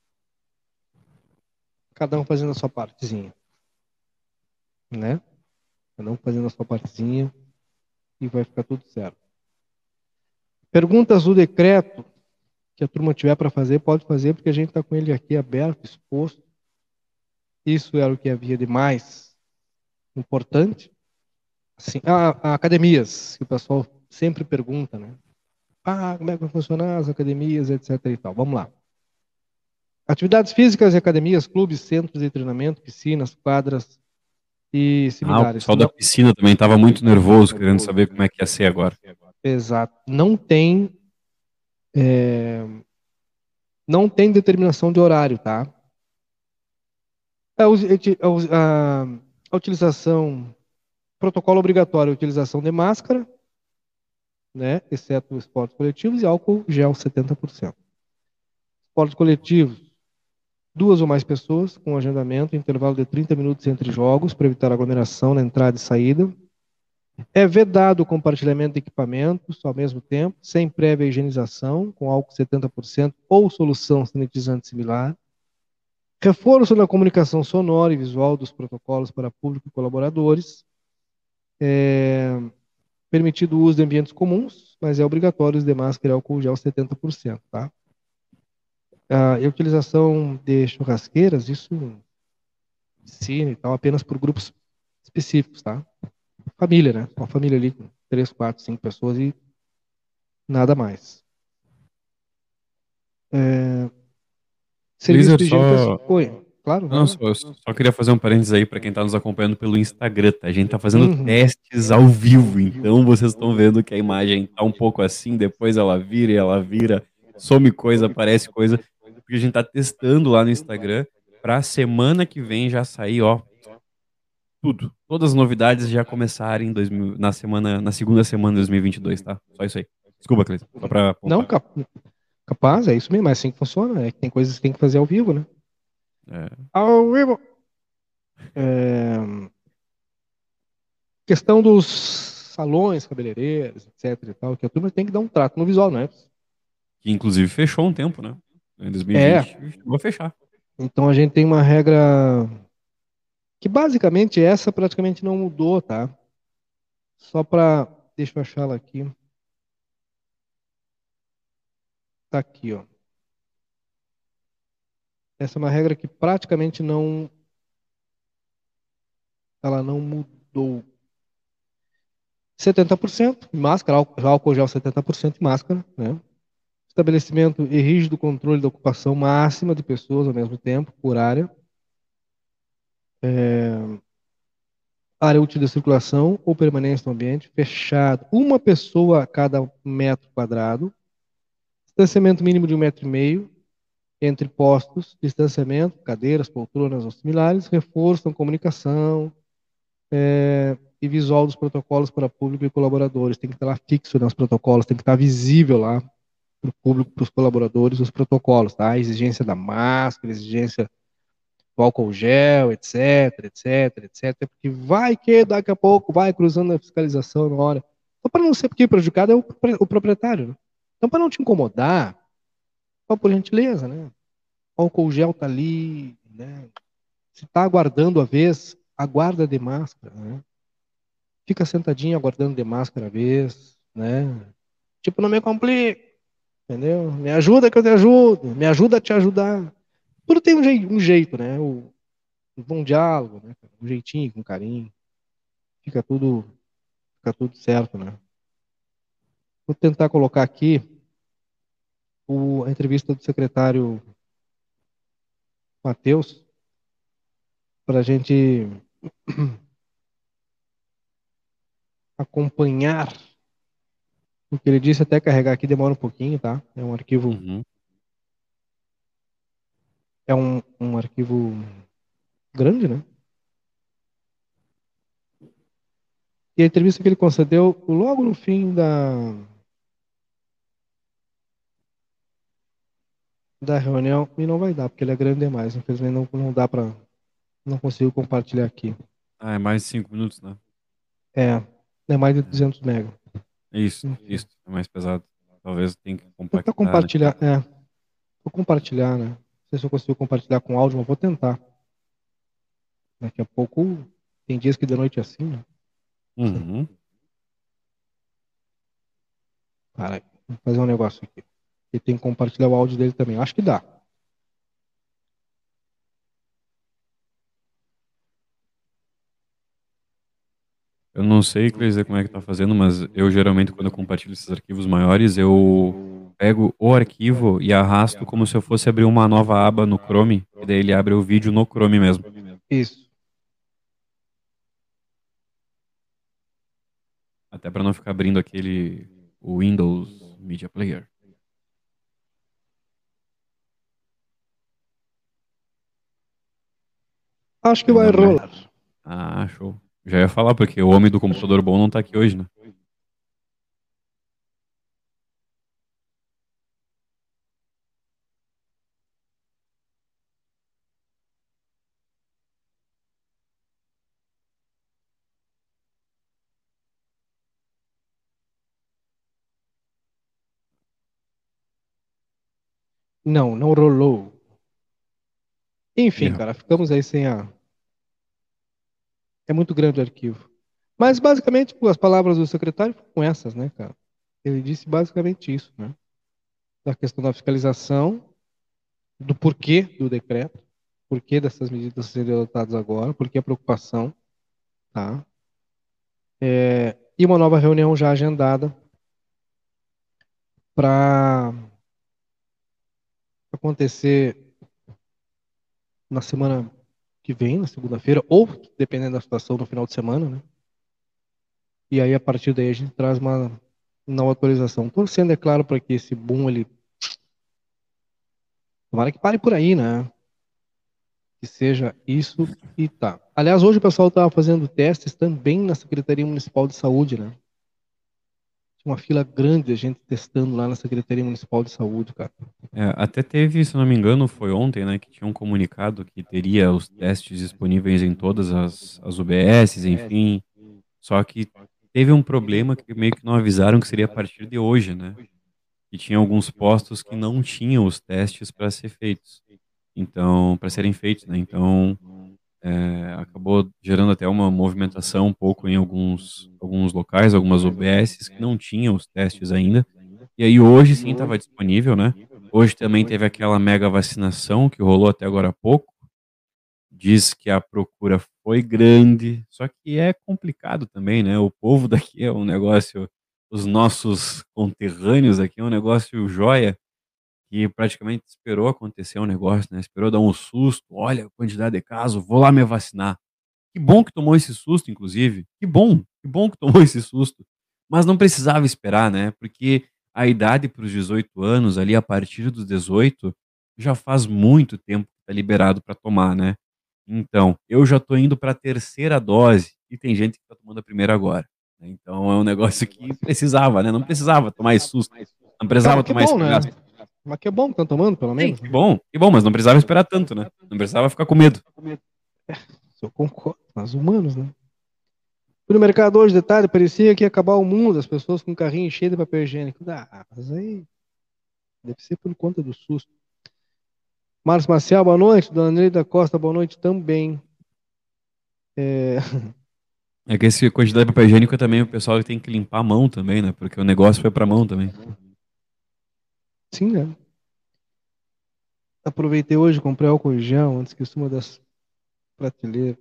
Speaker 1: cada um fazendo a sua partezinha, né? Cada um fazendo a sua partezinha e vai ficar tudo certo. Perguntas do decreto que a turma tiver para fazer, pode fazer, porque a gente está com ele aqui aberto, exposto. Isso era o que havia de mais importante. Assim, a, a academias, que o pessoal sempre pergunta, né? Ah, como é que vai funcionar as academias, etc e tal. Vamos lá. Atividades físicas e academias, clubes, centros de treinamento, piscinas, quadras e
Speaker 2: Ah, o
Speaker 1: similares.
Speaker 2: pessoal da
Speaker 1: Não,
Speaker 2: piscina também estava muito nervoso, querendo saber como é que ia ser agora.
Speaker 1: exato. Não tem, é, não tem determinação de horário, tá? A, us- a, a utilização, protocolo obrigatório, a utilização de máscara, né? Exceto esportes coletivos e álcool gel setenta por cento. Esportes coletivos, duas ou mais pessoas, com agendamento, intervalo de trinta minutos entre jogos, para evitar aglomeração na entrada e saída. É vedado o compartilhamento de equipamentos ao mesmo tempo, sem prévia higienização, com álcool setenta por cento ou solução sanitizante similar. Reforço na comunicação sonora e visual dos protocolos para público e colaboradores. É permitido o uso de ambientes comuns, mas é obrigatório o uso de máscara e álcool gel setenta por cento, tá? A utilização de churrasqueiras, isso ensina e tal, apenas por grupos específicos, tá? Família, né? Uma família ali com três, quatro, cinco pessoas e nada mais. É, serviço
Speaker 2: Laser,
Speaker 1: de higiene pessoal.
Speaker 2: só.
Speaker 1: Oi, claro, vai
Speaker 2: Não,
Speaker 1: lá.
Speaker 2: só, eu só queria fazer um parênteses aí para quem está nos acompanhando pelo Instagram, tá? A gente tá fazendo
Speaker 1: Uhum.
Speaker 2: testes ao vivo, então vocês estão vendo que a imagem tá um pouco assim, depois ela vira e ela vira, some coisa, aparece coisa, porque a gente tá testando lá no Instagram pra semana que vem já sair, ó, tudo. Todas as novidades já começarem em dois mil na semana, na segunda semana de dois mil e vinte e dois, tá? Só isso aí. Desculpa, Cleiton, só pra
Speaker 1: Não,
Speaker 2: apontar.
Speaker 1: cap- capaz, é isso mesmo, é assim que funciona. É que tem coisas que tem que fazer ao vivo, né?
Speaker 2: É,
Speaker 1: Ao vivo. É, questão dos salões, cabeleireiros, etc e tal, que a turma tem que dar um trato no visual, né?
Speaker 2: que inclusive fechou um tempo, né? Em
Speaker 1: É,
Speaker 2: dois mil e vinte, chegou a fechar.
Speaker 1: então a gente tem uma regra que basicamente essa praticamente não mudou, tá? Só para, deixa eu achar ela aqui. Tá aqui, ó. Essa é uma regra que praticamente não, ela não mudou. setenta por cento em máscara, álcool álcool gel setenta por cento em máscara, né? Estabelecimento e rígido controle da ocupação máxima de pessoas ao mesmo tempo, por área. É, área útil de circulação ou permanência no ambiente fechado. Uma pessoa a cada metro quadrado. Distanciamento mínimo de um metro e meio entre postos. Distanciamento, cadeiras, poltronas ou similares. Reforço na comunicação é, e visual dos protocolos para público e colaboradores. Tem que estar lá fixo nos protocolos, tem que estar visível lá para o público, para os colaboradores, os protocolos, tá? A exigência da máscara, a exigência do álcool gel, etc, etc, etc, porque vai que daqui a pouco vai cruzando a fiscalização na hora. Então, para não ser porque prejudicado é o, o proprietário, né? Então, para não te incomodar, só por gentileza, né? O álcool gel tá ali, né? Se tá aguardando a vez, aguarda de máscara, né? Fica sentadinho aguardando de máscara a vez, né? Tipo, não me complica, entendeu? Me ajuda que eu te ajudo, me ajuda a te ajudar. Tudo tem um, jei um jeito, né? O, um bom diálogo, né? Um jeitinho, com carinho. Fica tudo, fica tudo certo, né? Vou tentar colocar aqui o, a entrevista do secretário Matheus para a gente acompanhar o que ele disse. Até carregar aqui demora um pouquinho, tá? É um arquivo,
Speaker 2: Uhum.
Speaker 1: é um, um arquivo grande, né? E a entrevista que ele concedeu logo no fim da, da reunião, e não vai dar, porque ele é grande demais. Infelizmente não, não dá para, não consigo compartilhar aqui.
Speaker 2: Ah, é mais de cinco minutos, né?
Speaker 1: É, é mais de duzentos mega.
Speaker 2: É isso,
Speaker 1: Enfim.
Speaker 2: isso. É mais pesado. Talvez tenha que
Speaker 1: Tentar
Speaker 2: compactar, né?
Speaker 1: compartilhar, é, vou compartilhar, né? Não sei se eu consigo compartilhar com áudio, mas vou tentar. Daqui a pouco, tem dias que de noite é assim, né?
Speaker 2: Uhum.
Speaker 1: Cara, vou fazer um negócio aqui. Ele tem que compartilhar o áudio dele também. Acho que dá.
Speaker 2: Eu não sei, Cleiser, como é que tá fazendo, mas eu geralmente, quando eu compartilho esses arquivos maiores, eu pego o arquivo e arrasto como se eu fosse abrir uma nova aba no Chrome, e daí ele abre o vídeo no Chrome mesmo.
Speaker 1: Isso.
Speaker 2: Até para não ficar abrindo aquele o Windows Media Player.
Speaker 1: Acho que vai
Speaker 2: Ainda mais.
Speaker 1: rolar.
Speaker 2: Ah, show. Já ia falar, porque o homem do computador bom não tá aqui hoje, né?
Speaker 1: Não, não rolou. Enfim,
Speaker 2: Erro.
Speaker 1: cara, ficamos aí sem a. É muito grande o arquivo. Mas basicamente, as palavras do secretário foram essas, né, cara? Ele disse basicamente isso, né? Da questão da fiscalização, do porquê do decreto, porquê dessas medidas serem adotadas agora, porquê a preocupação, tá? É, e uma nova reunião já agendada para acontecer na semana que vem, na segunda-feira, ou, dependendo da situação, no final de semana, né? E aí, a partir daí, a gente traz uma nova atualização. Torcendo, é claro, para que esse boom, ele... Tomara que pare por aí, né? Que seja isso e tá. Aliás, hoje o pessoal estava fazendo testes também na Secretaria Municipal de Saúde, né? Tinha uma fila grande de gente testando lá na Secretaria Municipal de Saúde, cara.
Speaker 2: É, até teve, se não me engano, foi ontem, né, que tinha um comunicado que teria os testes disponíveis em todas as, as U B Ss, enfim. Só que teve um problema que meio que não avisaram que seria a partir de hoje, né? E tinha alguns postos que não tinham os testes para ser feitos. Então, para serem feitos, né? Então, é, acabou gerando até uma movimentação um pouco em alguns, alguns locais, algumas U B Ss que não tinham os testes ainda. E aí hoje sim estava disponível, né? Hoje também teve aquela mega vacinação que rolou até agora há pouco. Diz que a procura foi grande, só que é complicado também, né? O povo daqui é um negócio, os nossos conterrâneos aqui é um negócio joia, que praticamente esperou acontecer um negócio, né? Esperou dar um susto, olha a quantidade de casos, vou lá me vacinar. Que bom que tomou esse susto, inclusive. Que bom, que bom que tomou esse susto. Mas não precisava esperar, né? Porque a idade para os dezoito anos, ali a partir dos dezoito, já faz muito tempo que está liberado para tomar, né? Então, eu já estou indo para a terceira dose e tem gente que está tomando a primeira agora, né? Então é um negócio que precisava, né? Não precisava tomar esse susto, não
Speaker 1: Cara,
Speaker 2: precisava
Speaker 1: mas que
Speaker 2: tomar esse
Speaker 1: bom, né?
Speaker 2: cagaço.
Speaker 1: Mas que bom que estão tomando, pelo
Speaker 2: Sim,
Speaker 1: menos,
Speaker 2: que
Speaker 1: né?
Speaker 2: bom, que bom, mas não precisava esperar tanto, né? Não precisava ficar com medo.
Speaker 1: Eu concordo, mas humanos, né? Fui no mercado hoje, detalhe, parecia que ia acabar o mundo, as pessoas com o carrinho cheio de papel higiênico. Ah, mas aí deve ser por conta do susto. Márcio Maciel, boa noite. Dona Neida Costa, boa noite também. É...
Speaker 2: É que essa quantidade de papel higiênico também o pessoal tem que limpar a mão também, né? Porque o negócio foi pra mão também.
Speaker 1: Sim, né? Aproveitei hoje, comprei álcool em gel antes que suma das prateleiras.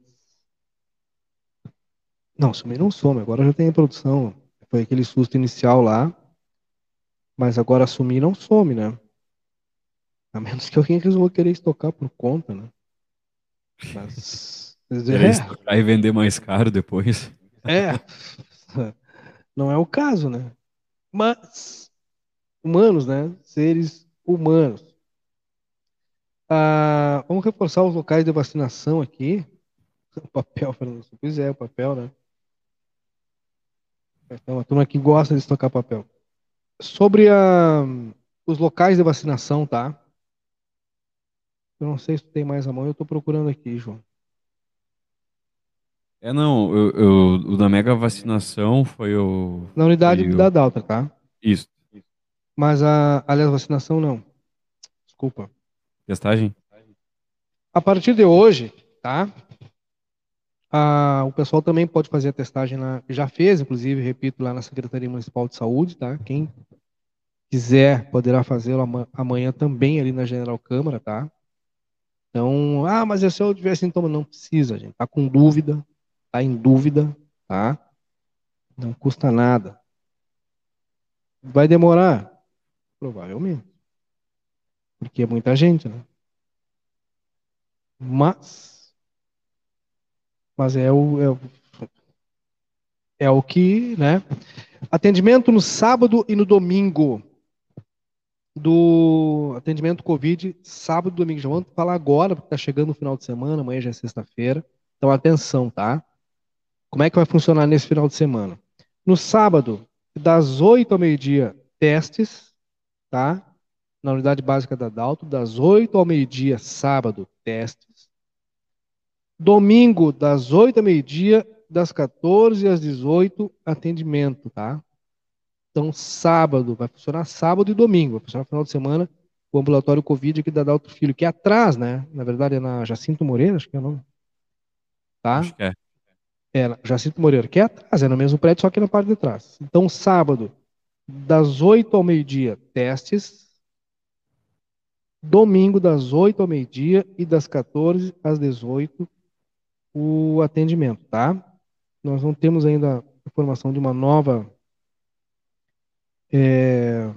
Speaker 1: Não, sumir não some, agora já tem em produção. Foi aquele susto inicial lá, mas agora sumir não some, né? A menos que alguém resolva querer estocar por conta, né? Mas.
Speaker 2: Querer
Speaker 1: É,
Speaker 2: estocar e vender mais caro depois.
Speaker 1: é. Não é o caso, né? Mas, humanos, né? Seres humanos. Ah, vamos reforçar os locais de vacinação aqui. O papel, Fernando. Pois é, o papel, né? Então, a turma que gosta de estocar papel. Sobre a, os locais de vacinação, tá? Eu não sei se tu tem mais a mão, eu tô procurando aqui, João.
Speaker 2: É, não, eu, eu- o da mega vacinação foi o.
Speaker 1: Na unidade
Speaker 2: Foi
Speaker 1: da
Speaker 2: o.
Speaker 1: Dalta, tá?
Speaker 2: Isso.
Speaker 1: Mas a, aliás, vacinação não. Desculpa.
Speaker 2: Testagem?
Speaker 1: A partir de hoje, tá? Ah, o pessoal também pode fazer a testagem na, já fez, inclusive, repito, lá na Secretaria Municipal de Saúde, tá? Quem quiser poderá fazê-lo ama- amanhã também ali na General Câmara, tá? Então, ah, mas e se eu tiver sintoma? Não precisa, gente. Tá com dúvida, tá em dúvida, tá? Não custa nada. Vai demorar? Provavelmente, porque é muita gente, né? Mas, mas é o, é, o- é o que, né? Atendimento no sábado e no domingo. Do atendimento Covid, sábado e domingo. Já vamos falar agora, porque está chegando o final de semana, amanhã já é sexta-feira. Então, atenção, tá? Como é que vai funcionar nesse final de semana? No sábado, das oito ao meio-dia, testes, tá? Na unidade básica da Dalto, das oito ao meio-dia, sábado, testes. Domingo, das oito ao meio-dia, das quatorze às dezoito, atendimento, tá? Então, sábado, vai funcionar sábado e domingo, vai funcionar no final de semana, o ambulatório Covid aqui da Dalto Filho, que é atrás, né? Na verdade, é na Jacinto Moreira, acho que é o nome,
Speaker 2: Acho
Speaker 1: tá?
Speaker 2: que é.
Speaker 1: É, na Jacinto Moreira, que é atrás, é no mesmo prédio, só que na parte de trás. Então, sábado, das oito ao meio-dia, testes. Domingo, das oito ao meio-dia e das quatorze às dezoito, o atendimento, tá? Nós não temos ainda informação de uma nova é,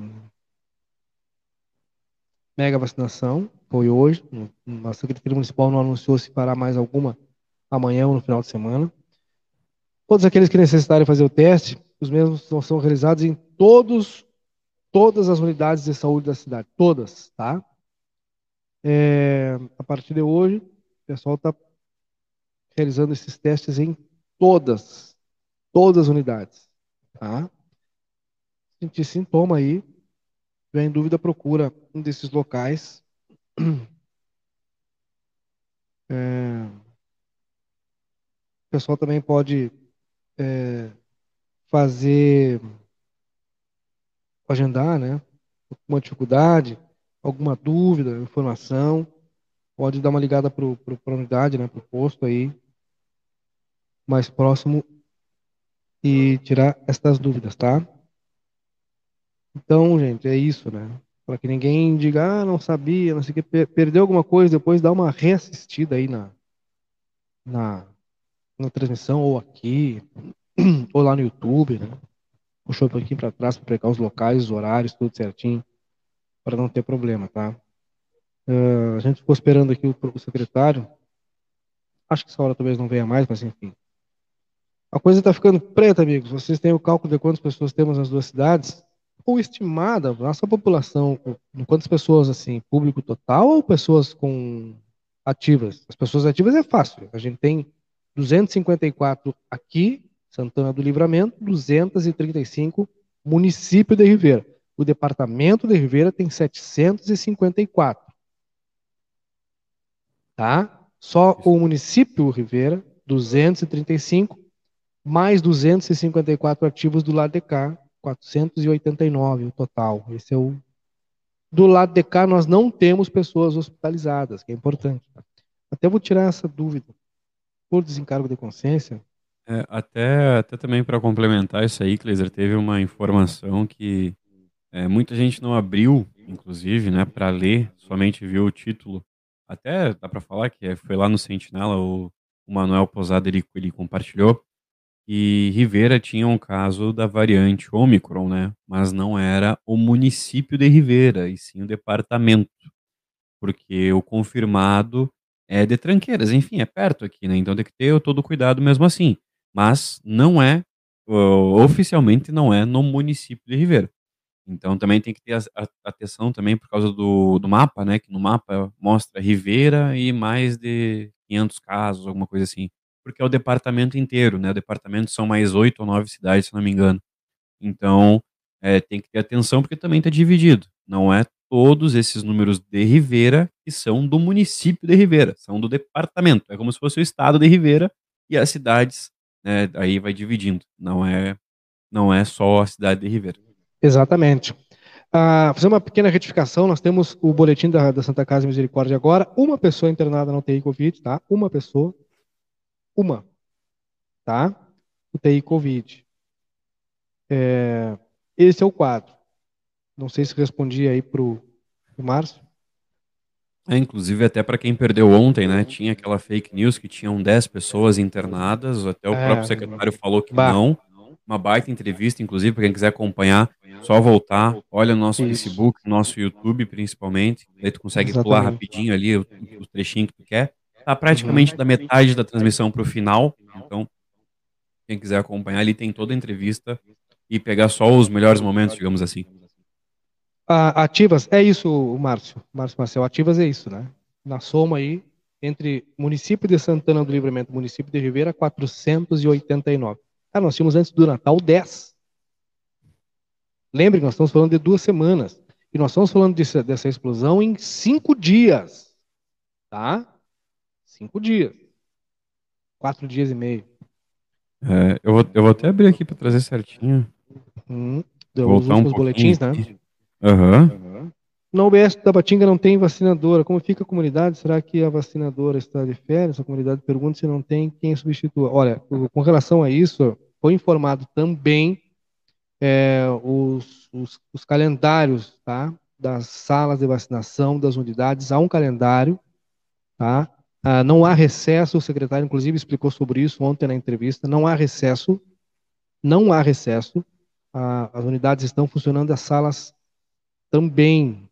Speaker 1: mega vacinação, foi hoje. A Secretaria Municipal não anunciou se fará mais alguma amanhã ou no final de semana. Todos aqueles que necessitarem fazer o teste, os mesmos são são realizados em todos, todas as unidades de saúde da cidade, todas, tá? É, a partir de hoje, o pessoal está realizando esses testes em todas, todas as unidades, tá? Sentir sintoma aí, tiver em dúvida, procura um desses locais. É, o pessoal também pode é, fazer, agendar, né? Alguma dificuldade, alguma dúvida, informação, pode dar uma ligada para a unidade, né? Para o posto aí mais próximo e tirar estas dúvidas, tá? Então, gente, é isso, né? para que ninguém diga, ah, não sabia, não sei o que, per- perdeu alguma coisa, depois dá uma reassistida aí na, na, na transmissão, ou aqui, ou lá no YouTube, né? Puxou um pouquinho para trás para pegar os locais, os horários, tudo certinho, para não ter problema, tá? Ah, a gente ficou esperando aqui o, o secretário, acho que essa hora talvez não venha mais, mas enfim. A coisa está ficando preta, amigos. Vocês têm o cálculo de quantas pessoas temos nas duas cidades? Ou estimada, nossa população, quantas pessoas, assim, público total ou pessoas com ativas? As pessoas ativas é fácil. A gente tem duzentos e cinquenta e quatro aqui, Santana do Livramento, duzentos e trinta e cinco município de Ribeira. O departamento de Ribeira tem setecentos e cinquenta e quatro, tá? Só
Speaker 2: Isso.
Speaker 1: o município Ribeira, duzentos e trinta e cinco, mais duzentos e cinquenta e quatro ativos do lado de cá, quatrocentos e oitenta e nove o total. Esse é o. Do lado de cá, nós não temos pessoas hospitalizadas, que é importante. Tá? Até vou tirar essa dúvida. Por desencargo de consciência.
Speaker 2: É, até, até também para complementar isso aí, Kleiser, teve uma informação que é, muita gente não abriu, inclusive, né, para ler, somente viu o título. Até dá para falar que é, foi lá no Sentinela, o, o Manuel Posada ele, ele compartilhou, e Rivera tinha um caso da variante Ômicron, né, mas não era o município de Rivera, e sim o departamento, porque o confirmado é de Tranqueiras, enfim, é perto aqui, né, então tem que ter todo o cuidado mesmo assim, mas não é, ó, oficialmente não é no município de Rivera. Então também tem que ter a- a- atenção também por causa do, do mapa, né? Que no mapa mostra Rivera e mais de quinhentos casos, alguma coisa assim. Porque é o departamento inteiro, né? O departamento são mais oito ou nove cidades, se não me engano. Então é, tem que ter atenção porque também está dividido. Não é todos esses números de Rivera que são do município de Rivera, são do departamento. É como se fosse o estado de Rivera e as cidades, né? Aí vai dividindo. Não é, não é só a cidade de Rivera.
Speaker 1: Exatamente. Ah, fazer uma pequena retificação, nós temos o boletim da, da Santa Casa Misericórdia agora, uma pessoa internada na U T I Covid, tá? Uma pessoa, uma, tá? U T I Covid. É, esse é o quadro. Não sei se respondi aí pro, pro Márcio.
Speaker 2: É, inclusive, até para quem perdeu ontem, né? Tinha aquela fake news que tinham dez pessoas internadas, até o próprio
Speaker 1: É,
Speaker 2: secretário falou que
Speaker 1: bah,
Speaker 2: não. Uma baita entrevista, inclusive, para quem quiser acompanhar, só voltar, olha no nosso
Speaker 1: isso,
Speaker 2: Facebook, no nosso YouTube, principalmente, aí tu consegue pular
Speaker 1: exatamente.
Speaker 2: rapidinho ali o, o trechinho que tu quer. Tá
Speaker 1: Uhum.
Speaker 2: praticamente da metade da transmissão para o final, então quem quiser acompanhar ali tem toda a entrevista e pegar só os melhores momentos, digamos assim.
Speaker 1: Ah, ativas, é isso, o Márcio, Márcio Marcel, ativas é isso, né? Na soma aí, entre município de Santana do Livramento e município de Ribeira, quatrocentos e oitenta e nove. Ah, nós tínhamos antes do Natal dez. Lembre que nós estamos falando de duas semanas. E nós estamos falando dessa, dessa explosão em cinco dias, tá? Cinco dias. Quatro dias e meio.
Speaker 2: É, eu vou, eu vou até abrir aqui para trazer certinho,
Speaker 1: Hum, os
Speaker 2: voltar um
Speaker 1: últimos
Speaker 2: pouquinho
Speaker 1: boletins, né?
Speaker 2: aqui. Aham.
Speaker 1: Na U B S da Tabatinga não tem vacinadora. Como fica a comunidade? Será que a vacinadora está de férias? A comunidade pergunta se não tem quem substitua. Olha, com relação a isso, foi informado também é, os, os, os calendários, tá? Das salas de vacinação, das unidades. Há um calendário, tá? Ah, não há recesso. O secretário, inclusive, explicou sobre isso ontem na entrevista. Não há recesso. Não há recesso. Ah, as unidades estão funcionando, as salas também.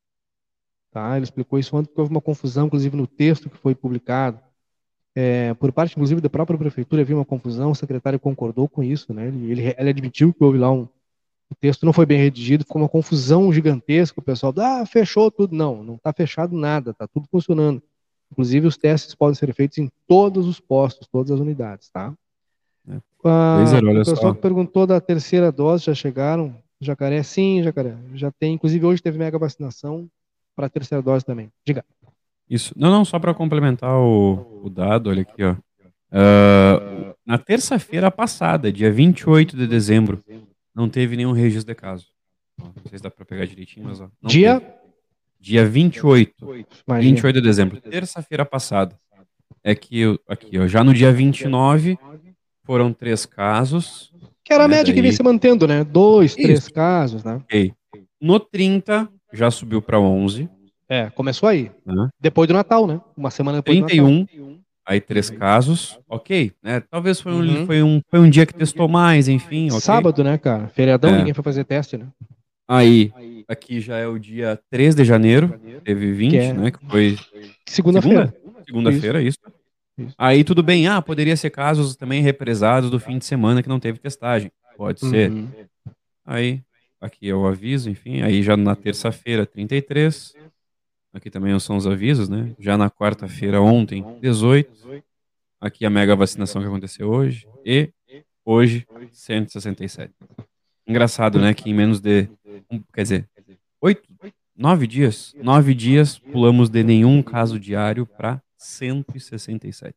Speaker 1: Tá? Ele explicou isso ontem porque houve uma confusão, inclusive no texto que foi publicado, é, por parte, inclusive, da própria prefeitura, havia uma confusão, o secretário concordou com isso, né? Ele, ele, ele admitiu que houve lá um, o texto não foi bem redigido, ficou uma confusão gigantesca, o pessoal, ah, fechou tudo. Não, não está fechado nada, está tudo funcionando. Inclusive, os testes podem ser feitos em todos os postos, todas as unidades, tá?
Speaker 2: É.
Speaker 1: Ah,
Speaker 2: Laser,
Speaker 1: o
Speaker 2: olha
Speaker 1: pessoal
Speaker 2: só.
Speaker 1: que perguntou da terceira dose, já chegaram? Jacaré, sim, Jacaré, já tem. Inclusive, hoje teve mega vacinação para a terceira dose também. Diga.
Speaker 2: Isso. Não, não, só para complementar o, o dado, olha aqui, ó. Ah, o- na terça-feira passada, dia vinte e oito de dezembro, não teve nenhum registro de caso. Ó, não sei se dá para pegar direitinho, mas ó, não
Speaker 1: Dia?
Speaker 2: teve. Dia vinte e oito. vinte e
Speaker 1: Imagina.
Speaker 2: oito de dezembro, terça-feira passada. É que, eu- aqui, ó, já no dia vinte e nove foram três casos,
Speaker 1: Que era a
Speaker 2: né?
Speaker 1: média que vem
Speaker 2: Daí.
Speaker 1: se mantendo, né? Dois,
Speaker 2: Isso.
Speaker 1: três casos, né?
Speaker 2: Ok. No trinta já subiu para onze.
Speaker 1: É, começou aí.
Speaker 2: Né?
Speaker 1: Depois do Natal, né? Uma semana depois do
Speaker 2: trinta e
Speaker 1: Natal.
Speaker 2: um, aí três casos, ok. Né? Talvez foi um,
Speaker 1: Uhum.
Speaker 2: foi, um, foi um dia que testou mais, enfim, ok.
Speaker 1: Sábado, né, cara? Feriadão,
Speaker 2: É.
Speaker 1: ninguém foi fazer teste, né?
Speaker 2: Aí, aqui já é o dia três de janeiro, teve
Speaker 1: Que
Speaker 2: vinte,
Speaker 1: é
Speaker 2: né? Que foi
Speaker 1: segunda-feira.
Speaker 2: segunda?
Speaker 1: Isso.
Speaker 2: Segunda-feira, isso.
Speaker 1: Isso.
Speaker 2: Aí tudo bem, ah, poderia ser casos também represados do fim de semana que não teve testagem. Pode ser.
Speaker 1: Uhum.
Speaker 2: Aí, aqui é o aviso, enfim. Aí já na terça-feira, trinta e três. Aqui também são os avisos, né? Já na quarta-feira, ontem, dezoito. Aqui a mega vacinação que aconteceu hoje. E hoje, cento e sessenta e sete. Engraçado, né? Que em menos de. um- quer dizer, oito, nove dias. Nove dias pulamos de nenhum caso diário para cento e sessenta e sete.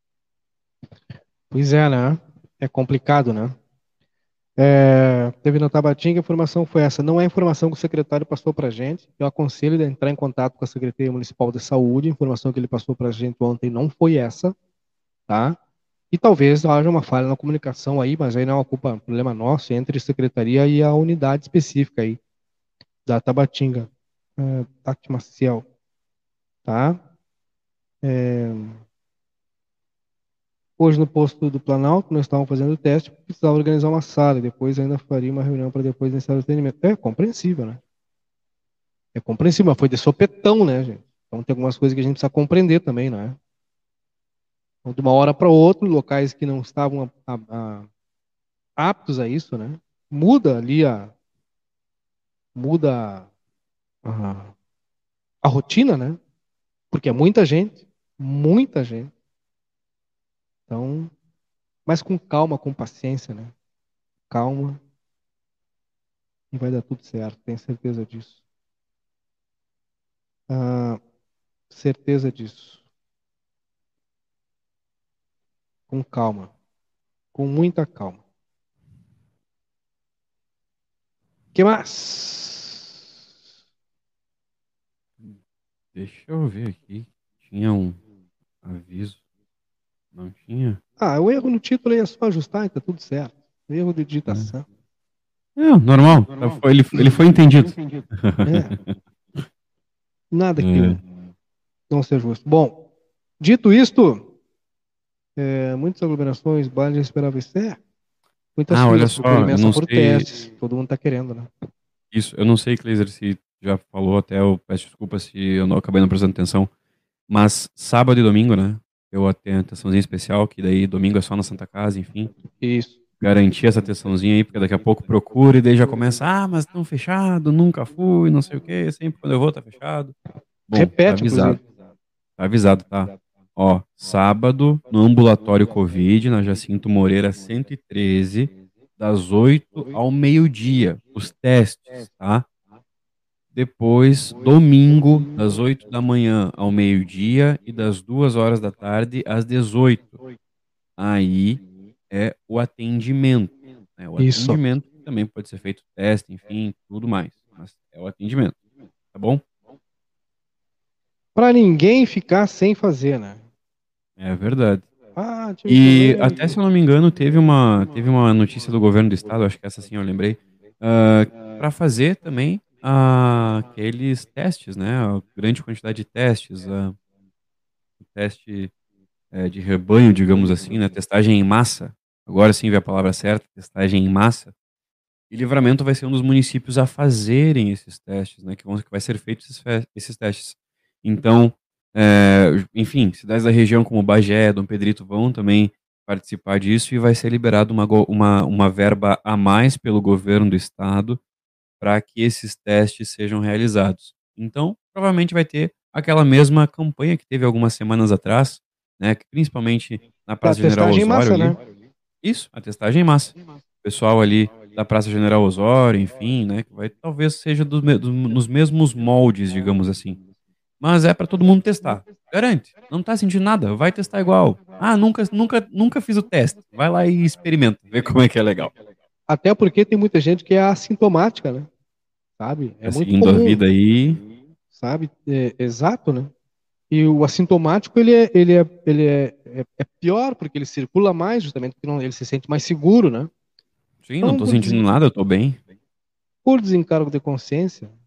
Speaker 1: Pois é, né? É complicado, né? É, teve na Tabatinga, a informação foi essa. Não é a informação que o secretário passou para a gente. Eu aconselho ele a entrar em contato com a Secretaria Municipal de Saúde. A informação que ele passou para a gente ontem não foi essa, tá? E talvez haja uma falha na comunicação aí, mas aí não é uma culpa, um problema nosso, entre a secretaria e a unidade específica aí da Tabatinga. É, Tati Maciel, tá? É, hoje no posto do Planalto, nós estávamos fazendo o teste, precisava organizar uma sala, e depois ainda faria uma reunião para depois iniciar o atendimento. É compreensível, né? É compreensível, mas foi de sopetão, né, gente? Então tem algumas coisas que a gente precisa compreender também, né? Então, de uma hora para outra, locais que não estavam a, a, a, aptos a isso, né? Muda ali a muda a, a rotina, né? Porque é muita gente, muita gente. Então, mas com calma, com paciência, né? Calma e vai dar tudo certo, tenho certeza disso. Ah, certeza disso. Com calma, com muita calma. Que mais?
Speaker 2: Deixa eu ver aqui. Tinha um aviso. Não tinha?
Speaker 1: Ah, o erro no título aí é só ajustar e tá tudo certo. Erro de
Speaker 2: É,
Speaker 1: digitação.
Speaker 2: é normal. Tá, foi- ele, ele foi entendido.
Speaker 1: É, nada que
Speaker 2: É.
Speaker 1: não seja justo. Bom, dito isto, é, muitas aglomerações, baile já esperava isso. É, muitas
Speaker 2: Ah, olha
Speaker 1: filas, procura
Speaker 2: só, eu
Speaker 1: imensa
Speaker 2: não
Speaker 1: por
Speaker 2: sei.
Speaker 1: testes. Todo mundo tá querendo, né?
Speaker 2: Isso, eu não sei, Kleiser, se já falou até, eu peço desculpa se eu não acabei não prestando atenção. Mas sábado e domingo, né? Eu tenho atençãozinha especial, que daí domingo é só na Santa Casa, enfim.
Speaker 1: Isso.
Speaker 2: Garantir essa atençãozinha aí, porque daqui a pouco procura e daí já começa, ah, mas estão fechado, nunca fui, não sei o quê, sempre quando eu vou tá fechado. Bom, tá
Speaker 1: Repete, inclusive.
Speaker 2: avisado, tá avisado, tá? Ó, sábado, no ambulatório Covid, na Jacinto Moreira cento e treze, das oito ao meio-dia, os testes, tá? Depois, domingo, das oito da manhã ao meio-dia e das duas horas da tarde às dezoito. Aí é o atendimento. Né? O
Speaker 1: Isso.
Speaker 2: atendimento também pode ser feito teste, enfim, tudo mais. Mas é o atendimento, tá bom?
Speaker 1: Para ninguém ficar sem fazer, né?
Speaker 2: É verdade.
Speaker 1: Ah, tive
Speaker 2: E até se
Speaker 1: problema.
Speaker 2: eu não me engano, teve uma, teve uma notícia do governo do estado, acho que essa sim eu lembrei, para fazer também ah, aqueles testes, né? A grande quantidade de testes, ah, o teste eh, de rebanho, digamos assim, né? Testagem em massa. Agora sim vê a palavra certa, testagem em massa. E Livramento vai ser um dos municípios a fazerem esses testes, né? Que, vão, que vai ser feitos esses, fe- esses testes. Então, eh, enfim, cidades da região como Bagé, Dom Pedrito vão também participar disso e vai ser liberado uma, go- uma, uma verba a mais pelo governo do estado para que esses testes sejam realizados. Então, provavelmente vai ter aquela mesma campanha que teve algumas semanas atrás, né? Que principalmente na
Speaker 1: Da
Speaker 2: Praça General
Speaker 1: testagem em
Speaker 2: Osório
Speaker 1: massa,
Speaker 2: ali.
Speaker 1: né?
Speaker 2: Isso, a testagem em massa. O pessoal ali da Praça General Osório, enfim, né? Que vai talvez seja dos me- dos- nos mesmos moldes, digamos assim. Mas é para todo mundo testar. Garante. Não tá sentindo nada, vai testar igual. Ah, nunca, nunca, nunca fiz o teste. Vai lá e experimenta, vê como é que é legal.
Speaker 1: Até porque tem muita gente que é assintomática, né? Sabe? É
Speaker 2: Tá
Speaker 1: muito
Speaker 2: seguindo a
Speaker 1: comum,
Speaker 2: vida aí.
Speaker 1: sabe? É, exato, né? E o assintomático, ele é, ele é, ele é, é, é pior, porque ele circula mais, justamente porque não, ele se sente mais seguro, né?
Speaker 2: Sim, não
Speaker 1: Então,
Speaker 2: tô
Speaker 1: por, des-
Speaker 2: sentindo nada, eu tô bem.
Speaker 1: por desencargo de consciência,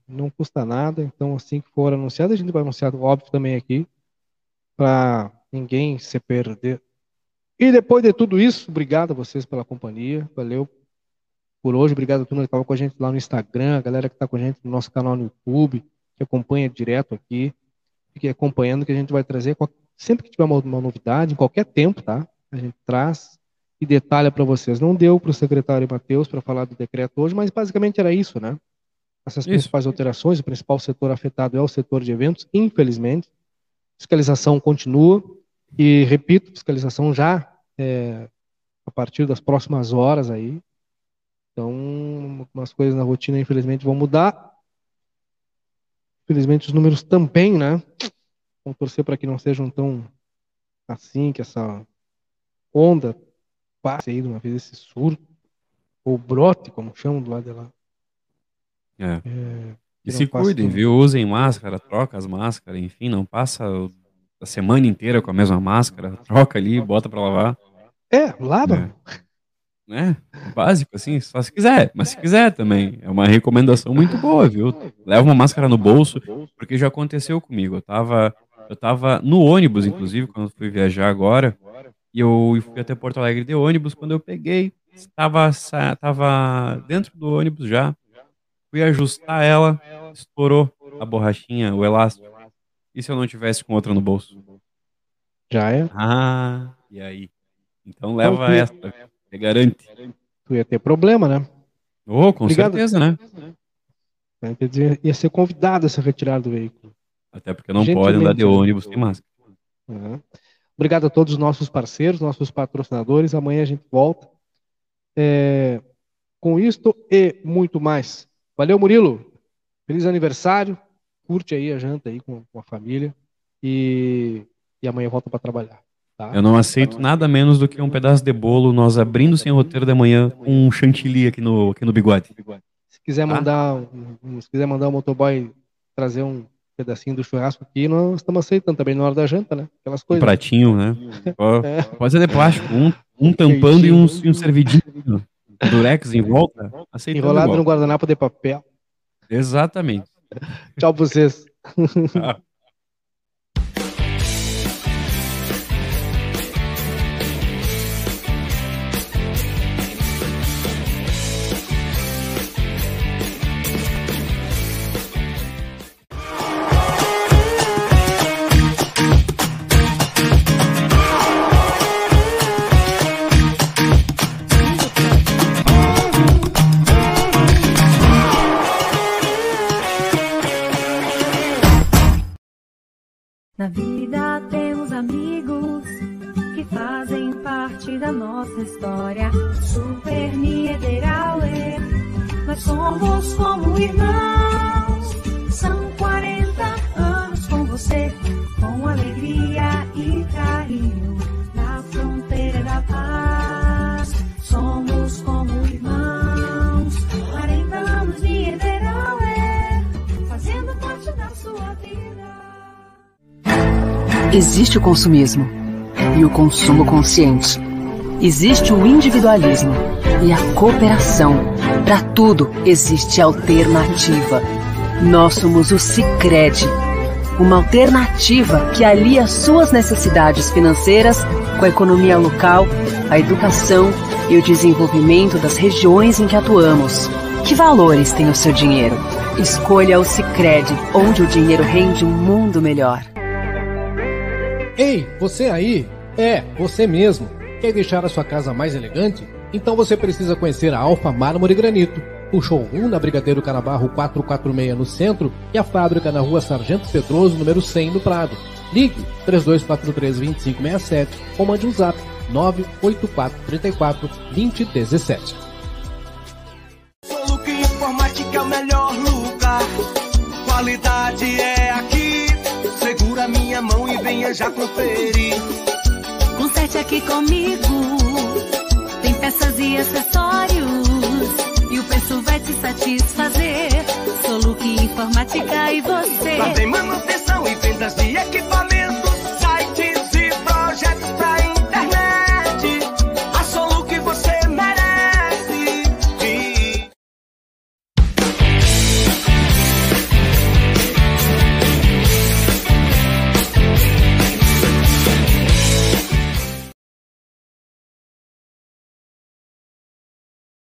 Speaker 1: Não custa nada, então assim que for anunciado, a gente vai anunciar, óbvio, também aqui, para ninguém se perder. E depois de tudo isso, obrigado a vocês pela companhia, valeu por hoje, obrigado a turma que estava com a gente lá no Instagram, a galera que está com a gente no nosso canal no YouTube, que acompanha direto aqui, fique acompanhando que a gente vai trazer, sempre que tiver uma, uma novidade, em qualquer tempo, tá? A gente traz e detalha para vocês. Não deu para o secretário Matheus para falar do decreto hoje, mas basicamente era isso, né? Essas
Speaker 2: Isso.
Speaker 1: principais alterações, o principal setor afetado é o setor de eventos, infelizmente. Fiscalização continua e, repito, fiscalização já é, a partir das próximas horas aí. Então, algumas coisas na rotina, infelizmente, vão mudar. Infelizmente, os números também, né? Vamos torcer para que não sejam tão assim, que essa onda passe aí de uma vez, esse surto, ou brote, como chamam do lado de lá.
Speaker 2: É.
Speaker 1: É,
Speaker 2: e se cuidem, viu? Usem máscara, troca as máscaras, enfim, não passa a semana inteira com a mesma máscara, troca ali, bota pra lavar.
Speaker 1: É, lava.
Speaker 2: É, é básico, assim, só se quiser, mas se quiser também. É uma recomendação muito boa, viu? Leva uma máscara no bolso, porque já aconteceu comigo. Eu tava, eu tava no ônibus, inclusive, quando fui viajar agora, e eu fui até Porto Alegre de ônibus. Quando eu peguei, estava, tava dentro do ônibus já, fui ajustar ela, estourou a borrachinha, o elástico. E se eu não tivesse com outra no bolso?
Speaker 1: Já é.
Speaker 2: Ah, e aí? Então leva essa, você garante.
Speaker 1: Tu ia ter problema, né?
Speaker 2: Oh, com
Speaker 1: Obrigado.
Speaker 2: certeza, né?
Speaker 1: Ia ser convidado a se retirar do veículo.
Speaker 2: Até porque não pode andar de ônibus sem máscara.
Speaker 1: Uhum. Obrigado a todos os nossos parceiros, nossos patrocinadores. Amanhã a gente volta é, com isto e muito mais. Valeu, Murilo. Feliz aniversário. Curte aí a janta aí com, com a família. E, e amanhã volta para trabalhar. Tá?
Speaker 2: Eu não aceito nada menos do que um pedaço de bolo, nós abrindo sem roteiro da manhã com um chantilly aqui no, aqui no bigode.
Speaker 1: Se quiser mandar, ah? se quiser mandar o motoboy trazer um pedacinho do churrasco aqui, nós estamos aceitando também na hora da janta, né? Aquelas coisas.
Speaker 2: Um pratinho, né? É. Pode ser de plástico, um, um tampando e um, e um servidinho. Durex em volta.
Speaker 1: Enrolado
Speaker 2: igual.
Speaker 1: no guardanapo de papel.
Speaker 2: Exatamente.
Speaker 1: Tchau pra vocês.
Speaker 2: Tchau.
Speaker 3: Na vida temos amigos que fazem parte da nossa história. Super Niederauer, nós somos como irmãos. São quarenta anos com você, com alegria e carinho, na fronteira da paz. Somos como irmãos, quarenta anos de Niederauer, fazendo parte da sua vida.
Speaker 4: Existe o consumismo e o consumo consciente. Existe o individualismo e a cooperação. Para tudo existe alternativa. Nós somos o Sicredi, uma alternativa que alia suas necessidades financeiras com a economia local, a educação e o desenvolvimento das regiões em que atuamos. Que valores tem o seu dinheiro? Escolha o Sicredi, onde o dinheiro rende um mundo melhor.
Speaker 1: Ei, você aí? É, você mesmo. Quer deixar a sua casa mais elegante? Então você precisa conhecer a Alfa Mármore e Granito, o showroom na Brigadeiro Canabarro quatrocentos e quarenta e seis no centro e a fábrica na Rua Sargento Pedroso, número cem, no Prado. Ligue três dois quatro três, dois cinco seis sete ou mande um zap nove oito quatro três quatro, dois zero um sete.
Speaker 5: Soluque Informática é o melhor lugar. Qualidade é aqui. Segura minha mão e venha já conferir.
Speaker 3: Conserte aqui comigo. Tem peças e acessórios e o preço vai te satisfazer. Soluque Informática e você.
Speaker 5: Lá tem manutenção e vendas de equipamentos.